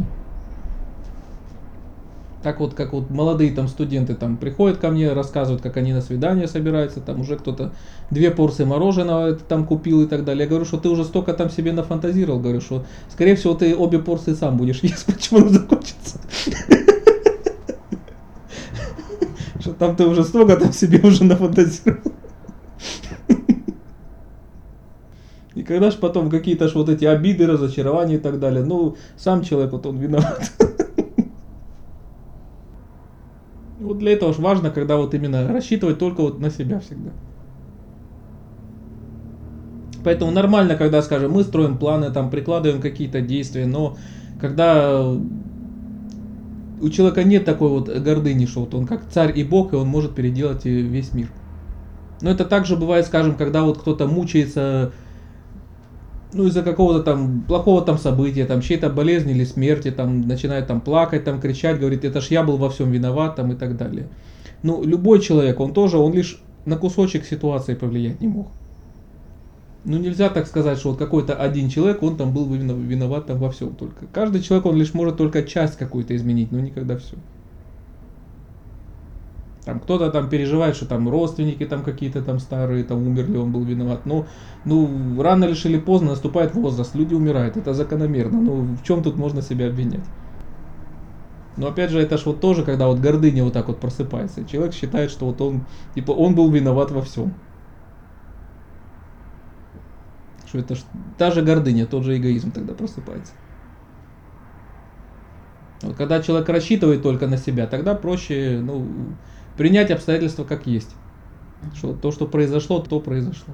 Так вот, как вот молодые там студенты там приходят ко мне, рассказывают, как они на свидание собираются, там уже кто-то две порции мороженого там купил и так далее. Я говорю, что ты уже столько там себе нафантазировал, говорю, что скорее всего ты обе порции сам будешь есть, почему оно закончится. Что там ты уже столько там себе уже нафантазировал. И когда ж потом какие-то ж вот эти обиды, разочарования и так далее, ну, сам человек вот он виноват. Вот для этого ж важно, когда вот именно рассчитывать только вот на себя всегда. Поэтому нормально, когда, скажем, мы строим планы, там, прикладываем какие-то действия, но когда у человека нет такой вот гордыни, что вот он как царь и бог, и он может переделать весь мир. Но это также бывает, скажем, когда вот кто-то мучается, ну, из-за какого-то там плохого там события, там, чьей-то болезни или смерти, там, начинает там плакать, там, кричать, говорит, это ж я был во всем виноват, там, и так далее. Ну, любой человек, он тоже, он лишь на кусочек ситуации повлиять не мог. Ну, нельзя так сказать, что вот какой-то один человек, он там был виноват там во всем только. Каждый человек, он лишь может только часть какую-то изменить, но никогда все. Там кто-то там переживает, что там родственники там какие-то там старые, там умерли, он был виноват. Но ну, рано лишь или поздно наступает возраст, люди умирают, это закономерно. Ну, в чем тут можно себя обвинять? Но опять же, это ж вот тоже, когда вот гордыня вот так вот просыпается. Человек считает, что вот он, типа, он был виноват во всем. Что это ж та же гордыня, тот же эгоизм тогда просыпается. Вот когда человек рассчитывает только на себя, тогда проще, ну, принять обстоятельства как есть. Что то, что произошло, то произошло.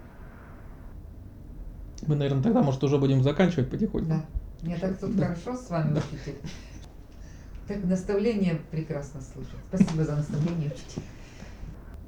Мы, наверное, тогда, может, уже будем заканчивать потихоньку. Да. Мне так тут хорошо с вами, Да. учитель. Так наставление прекрасно слушать. Спасибо за наставление, учитель.